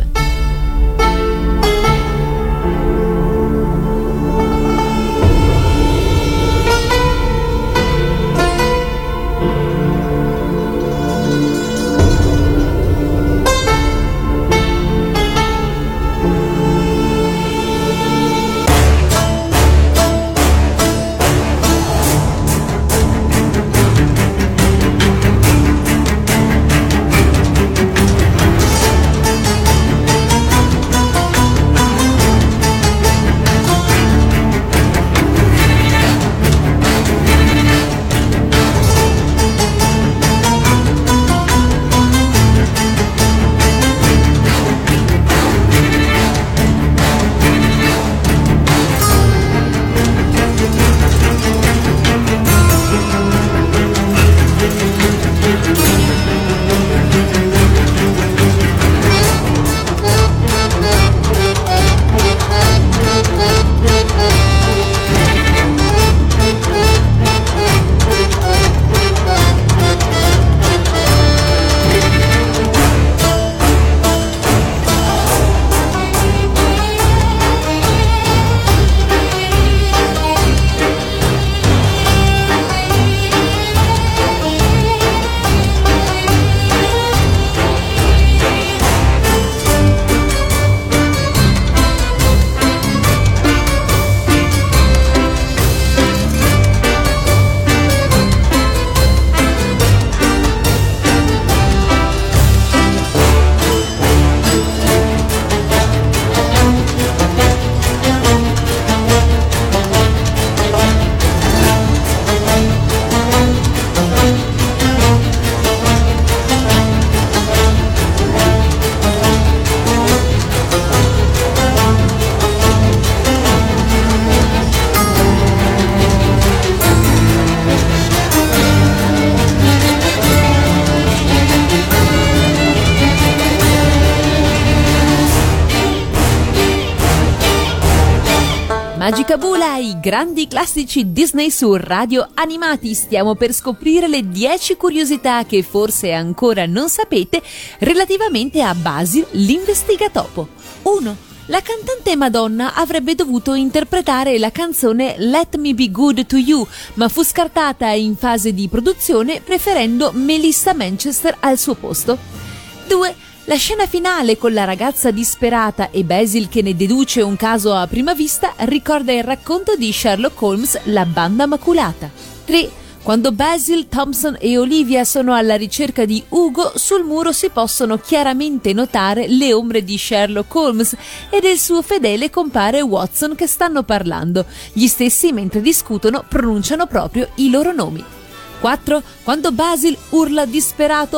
Magicabula, i grandi classici Disney su Radio Animati. Stiamo per scoprire le 10 curiosità che forse ancora non sapete relativamente a Basil l'investigatopo. 1. La cantante Madonna avrebbe dovuto interpretare la canzone Let Me Be Good to You, ma fu scartata in fase di produzione preferendo Melissa Manchester al suo posto. 2. La scena finale con la ragazza disperata e Basil che ne deduce un caso a prima vista ricorda il racconto di Sherlock Holmes, La banda maculata. 3. Quando Basil, Thompson e Olivia sono alla ricerca di Ugo, sul muro si possono chiaramente notare le ombre di Sherlock Holmes e del suo fedele compare Watson che stanno parlando. Gli stessi, mentre discutono, pronunciano proprio i loro nomi. 4. Quando Basil urla disperato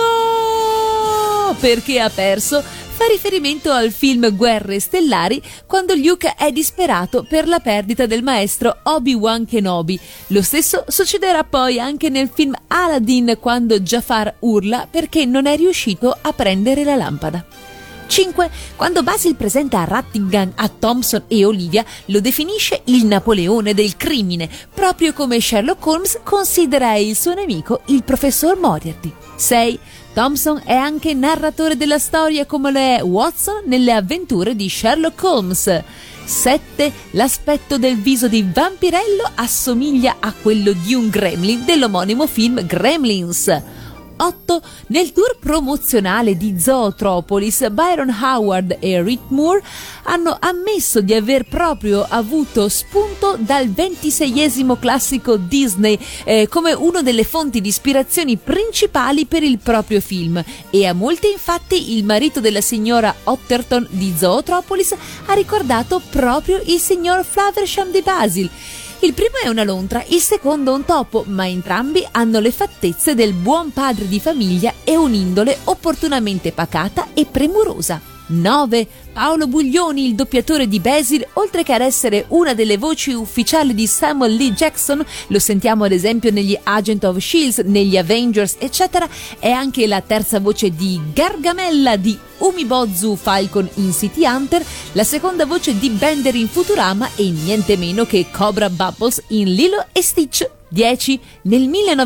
"No!" perché ha perso, fa riferimento al film Guerre Stellari, quando Luke è disperato per la perdita del maestro Obi-Wan Kenobi. Lo stesso succederà poi anche nel film Aladdin, quando Jafar urla perché non è riuscito a prendere la lampada. 5. Quando Basil presenta Rattigan a Thompson e Olivia, lo definisce il Napoleone del crimine, proprio come Sherlock Holmes considera il suo nemico il professor Moriarty. 6. Thompson è anche narratore della storia come lo è Watson nelle avventure di Sherlock Holmes. 7. L'aspetto del viso di Vampirello assomiglia a quello di un gremlin dell'omonimo film Gremlins. 8. Nel tour promozionale di Zootropolis, Byron Howard e Rick Moore hanno ammesso di aver proprio avuto spunto dal 26esimo classico Disney come una delle fonti di ispirazioni principali per il proprio film, e a molti infatti il marito della signora Otterton di Zootropolis ha ricordato proprio il signor Flaversham di Basil. Il primo è una lontra, il secondo un topo, ma entrambi hanno le fattezze del buon padre di famiglia e un'indole opportunamente pacata e premurosa. 9. Paolo Buglioni, il doppiatore di Basil, oltre che ad essere una delle voci ufficiali di Samuel L. Jackson, lo sentiamo ad esempio negli Agent of S.H.I.E.L.D., negli Avengers, eccetera, è anche la terza voce di Gargamella di Umibozu Falcon in City Hunter, la seconda voce di Bender in Futurama e niente meno che Cobra Bubbles in Lilo e Stitch. 10. Nel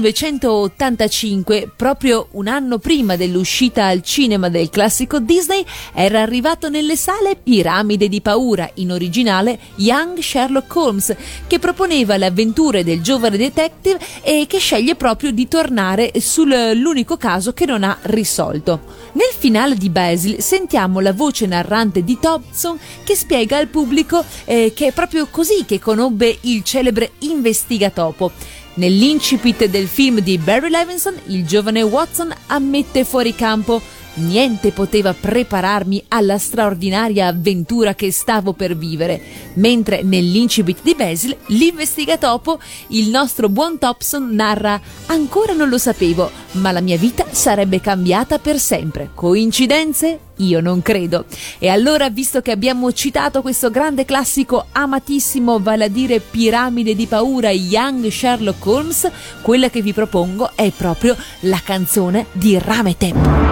1985, proprio un anno prima dell'uscita al cinema del classico Disney, era arrivato nelle sale Piramide di paura, in originale Young Sherlock Holmes, che proponeva le avventure del giovane detective e che sceglie proprio di tornare sull'unico caso che non ha risolto. Nel finale di Basil sentiamo la voce narrante di Thompson che spiega al pubblico che è proprio così che conobbe il celebre investigatopo. Nell'incipit del film di Barry Levinson, il giovane Watson ammette fuori campo: niente poteva prepararmi alla straordinaria avventura che stavo per vivere. Mentre nell'incipit di Basil, l'investigatopo, il nostro buon Thompson narra: ancora non lo sapevo, ma la mia vita sarebbe cambiata per sempre. Coincidenze? Io non credo. E allora, visto che abbiamo citato questo grande classico amatissimo, vale a dire Piramide di paura, Young Sherlock Holmes, quella che vi propongo è proprio la canzone di Rametep.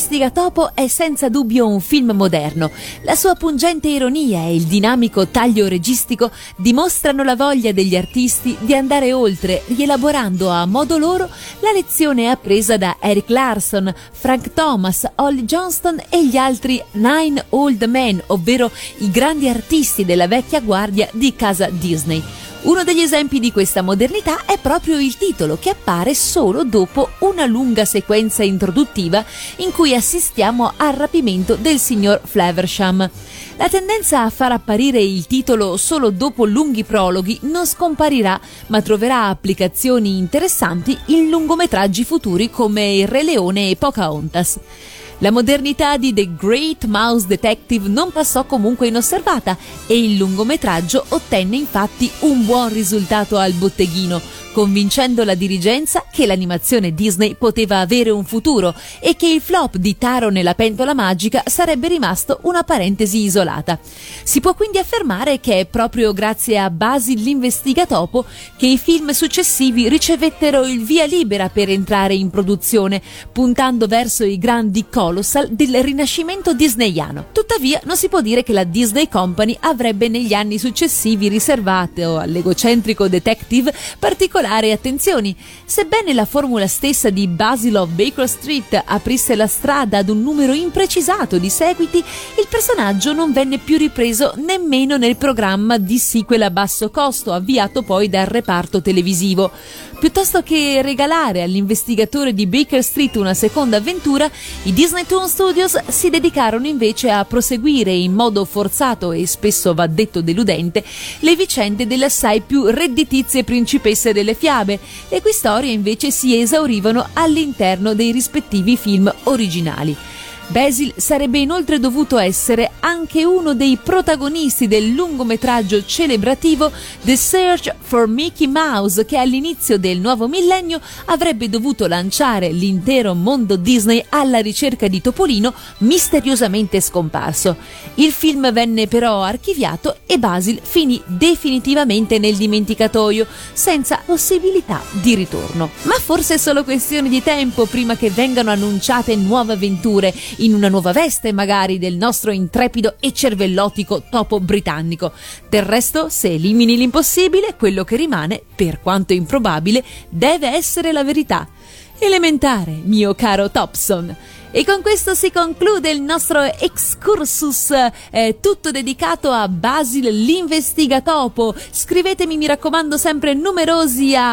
L'Investigatopo è senza dubbio un film moderno. La sua pungente ironia e il dinamico taglio registico dimostrano la voglia degli artisti di andare oltre, rielaborando a modo loro la lezione appresa da Eric Larson, Frank Thomas, Ollie Johnston e gli altri Nine Old Men, ovvero i grandi artisti della vecchia guardia di casa Disney. Uno degli esempi di questa modernità è proprio il titolo, che appare solo dopo una lunga sequenza introduttiva in cui assistiamo al rapimento del signor Flaversham. La tendenza a far apparire il titolo solo dopo lunghi prologhi non scomparirà, ma troverà applicazioni interessanti in lungometraggi futuri come Il Re Leone e Pocahontas. La modernità di The Great Mouse Detective non passò comunque inosservata e il lungometraggio ottenne infatti un buon risultato al botteghino, convincendo la dirigenza che l'animazione Disney poteva avere un futuro e che il flop di Taro nella pentola magica sarebbe rimasto una parentesi isolata. Si può quindi affermare che è proprio grazie a Basil l'Investigatopo che i film successivi ricevettero il via libera per entrare in produzione, puntando verso i grandi colossal del rinascimento disneyano. Tuttavia non si può dire che la Disney Company avrebbe negli anni successivi riservato all'egocentrico detective particolari attenzioni. Sebbene la formula stessa di Basil of Baker Street aprisse la strada ad un numero imprecisato di seguiti, il personaggio non venne più ripreso nemmeno nel programma di sequel a basso costo avviato poi dal reparto televisivo. Piuttosto che regalare all'investigatore di Baker Street una seconda avventura, i Disney Toon Studios si dedicarono invece a proseguire in modo forzato e spesso va detto deludente le vicende delle assai più redditizie principesse delle fiabe, le cui storie invece si esaurivano all'interno dei rispettivi film originali. Basil sarebbe inoltre dovuto essere anche uno dei protagonisti del lungometraggio celebrativo The Search for Mickey Mouse, che all'inizio del nuovo millennio avrebbe dovuto lanciare l'intero mondo Disney alla ricerca di Topolino misteriosamente scomparso. Il film venne però archiviato e Basil finì definitivamente nel dimenticatoio, senza possibilità di ritorno. Ma forse è solo questione di tempo prima che vengano annunciate nuove avventure, in una nuova veste magari, del nostro intrepido e cervellotico topo britannico. Del resto, se elimini l'impossibile, quello che rimane, per quanto improbabile, deve essere la verità. Elementare, mio caro Topson. E con questo si conclude il nostro excursus tutto dedicato a Basil l'Investigatopo. Scrivetemi, mi raccomando, sempre numerosi a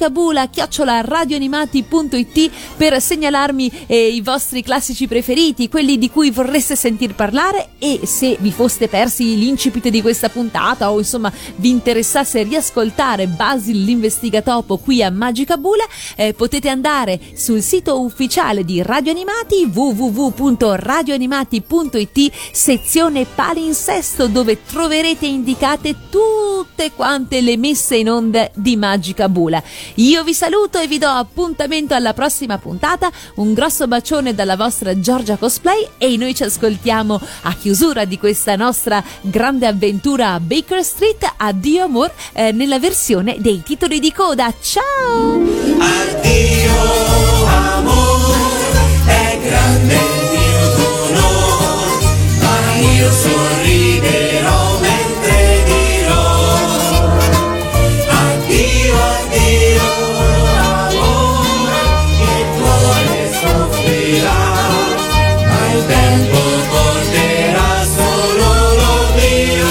magicabula@radioanimati.it per segnalarmi i vostri classici preferiti, quelli di cui vorreste sentir parlare, e se vi foste persi l'incipit di questa puntata o insomma vi interessasse riascoltare Basil l'Investigatopo qui a Magicabula, potete andare sul sito ufficiale di Radio Animati, www.radioanimati.it, sezione palinsesto, dove troverete indicate tutte quante le messe in onda di Magicabula. Io vi saluto e vi do appuntamento alla prossima puntata. Un grosso bacione dalla vostra Giorgia Cosplay e noi ci ascoltiamo a chiusura di questa nostra grande avventura a Baker Street. Addio amor, nella versione dei titoli di coda. Ciao! Addio amor, è grande il mio dolore, ma io sorriderò mentre dirò addio, addio amore, il cuore soffrirà, ma il tempo porterà solo lo mio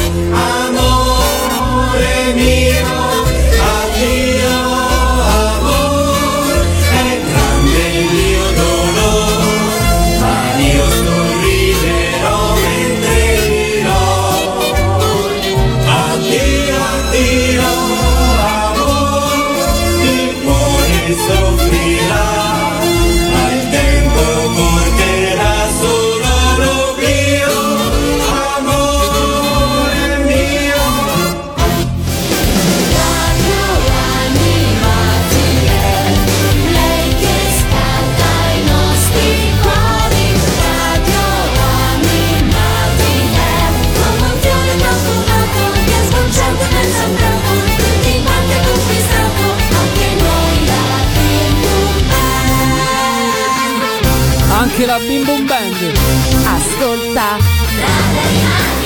amore mio. Addio amore, è grande il mio dolore, ma io sorriderò mentre dirò addio, addio amore, il cuore soffrirà, ma il tempo porterà solo anche la Bim Bum Band. Ascolta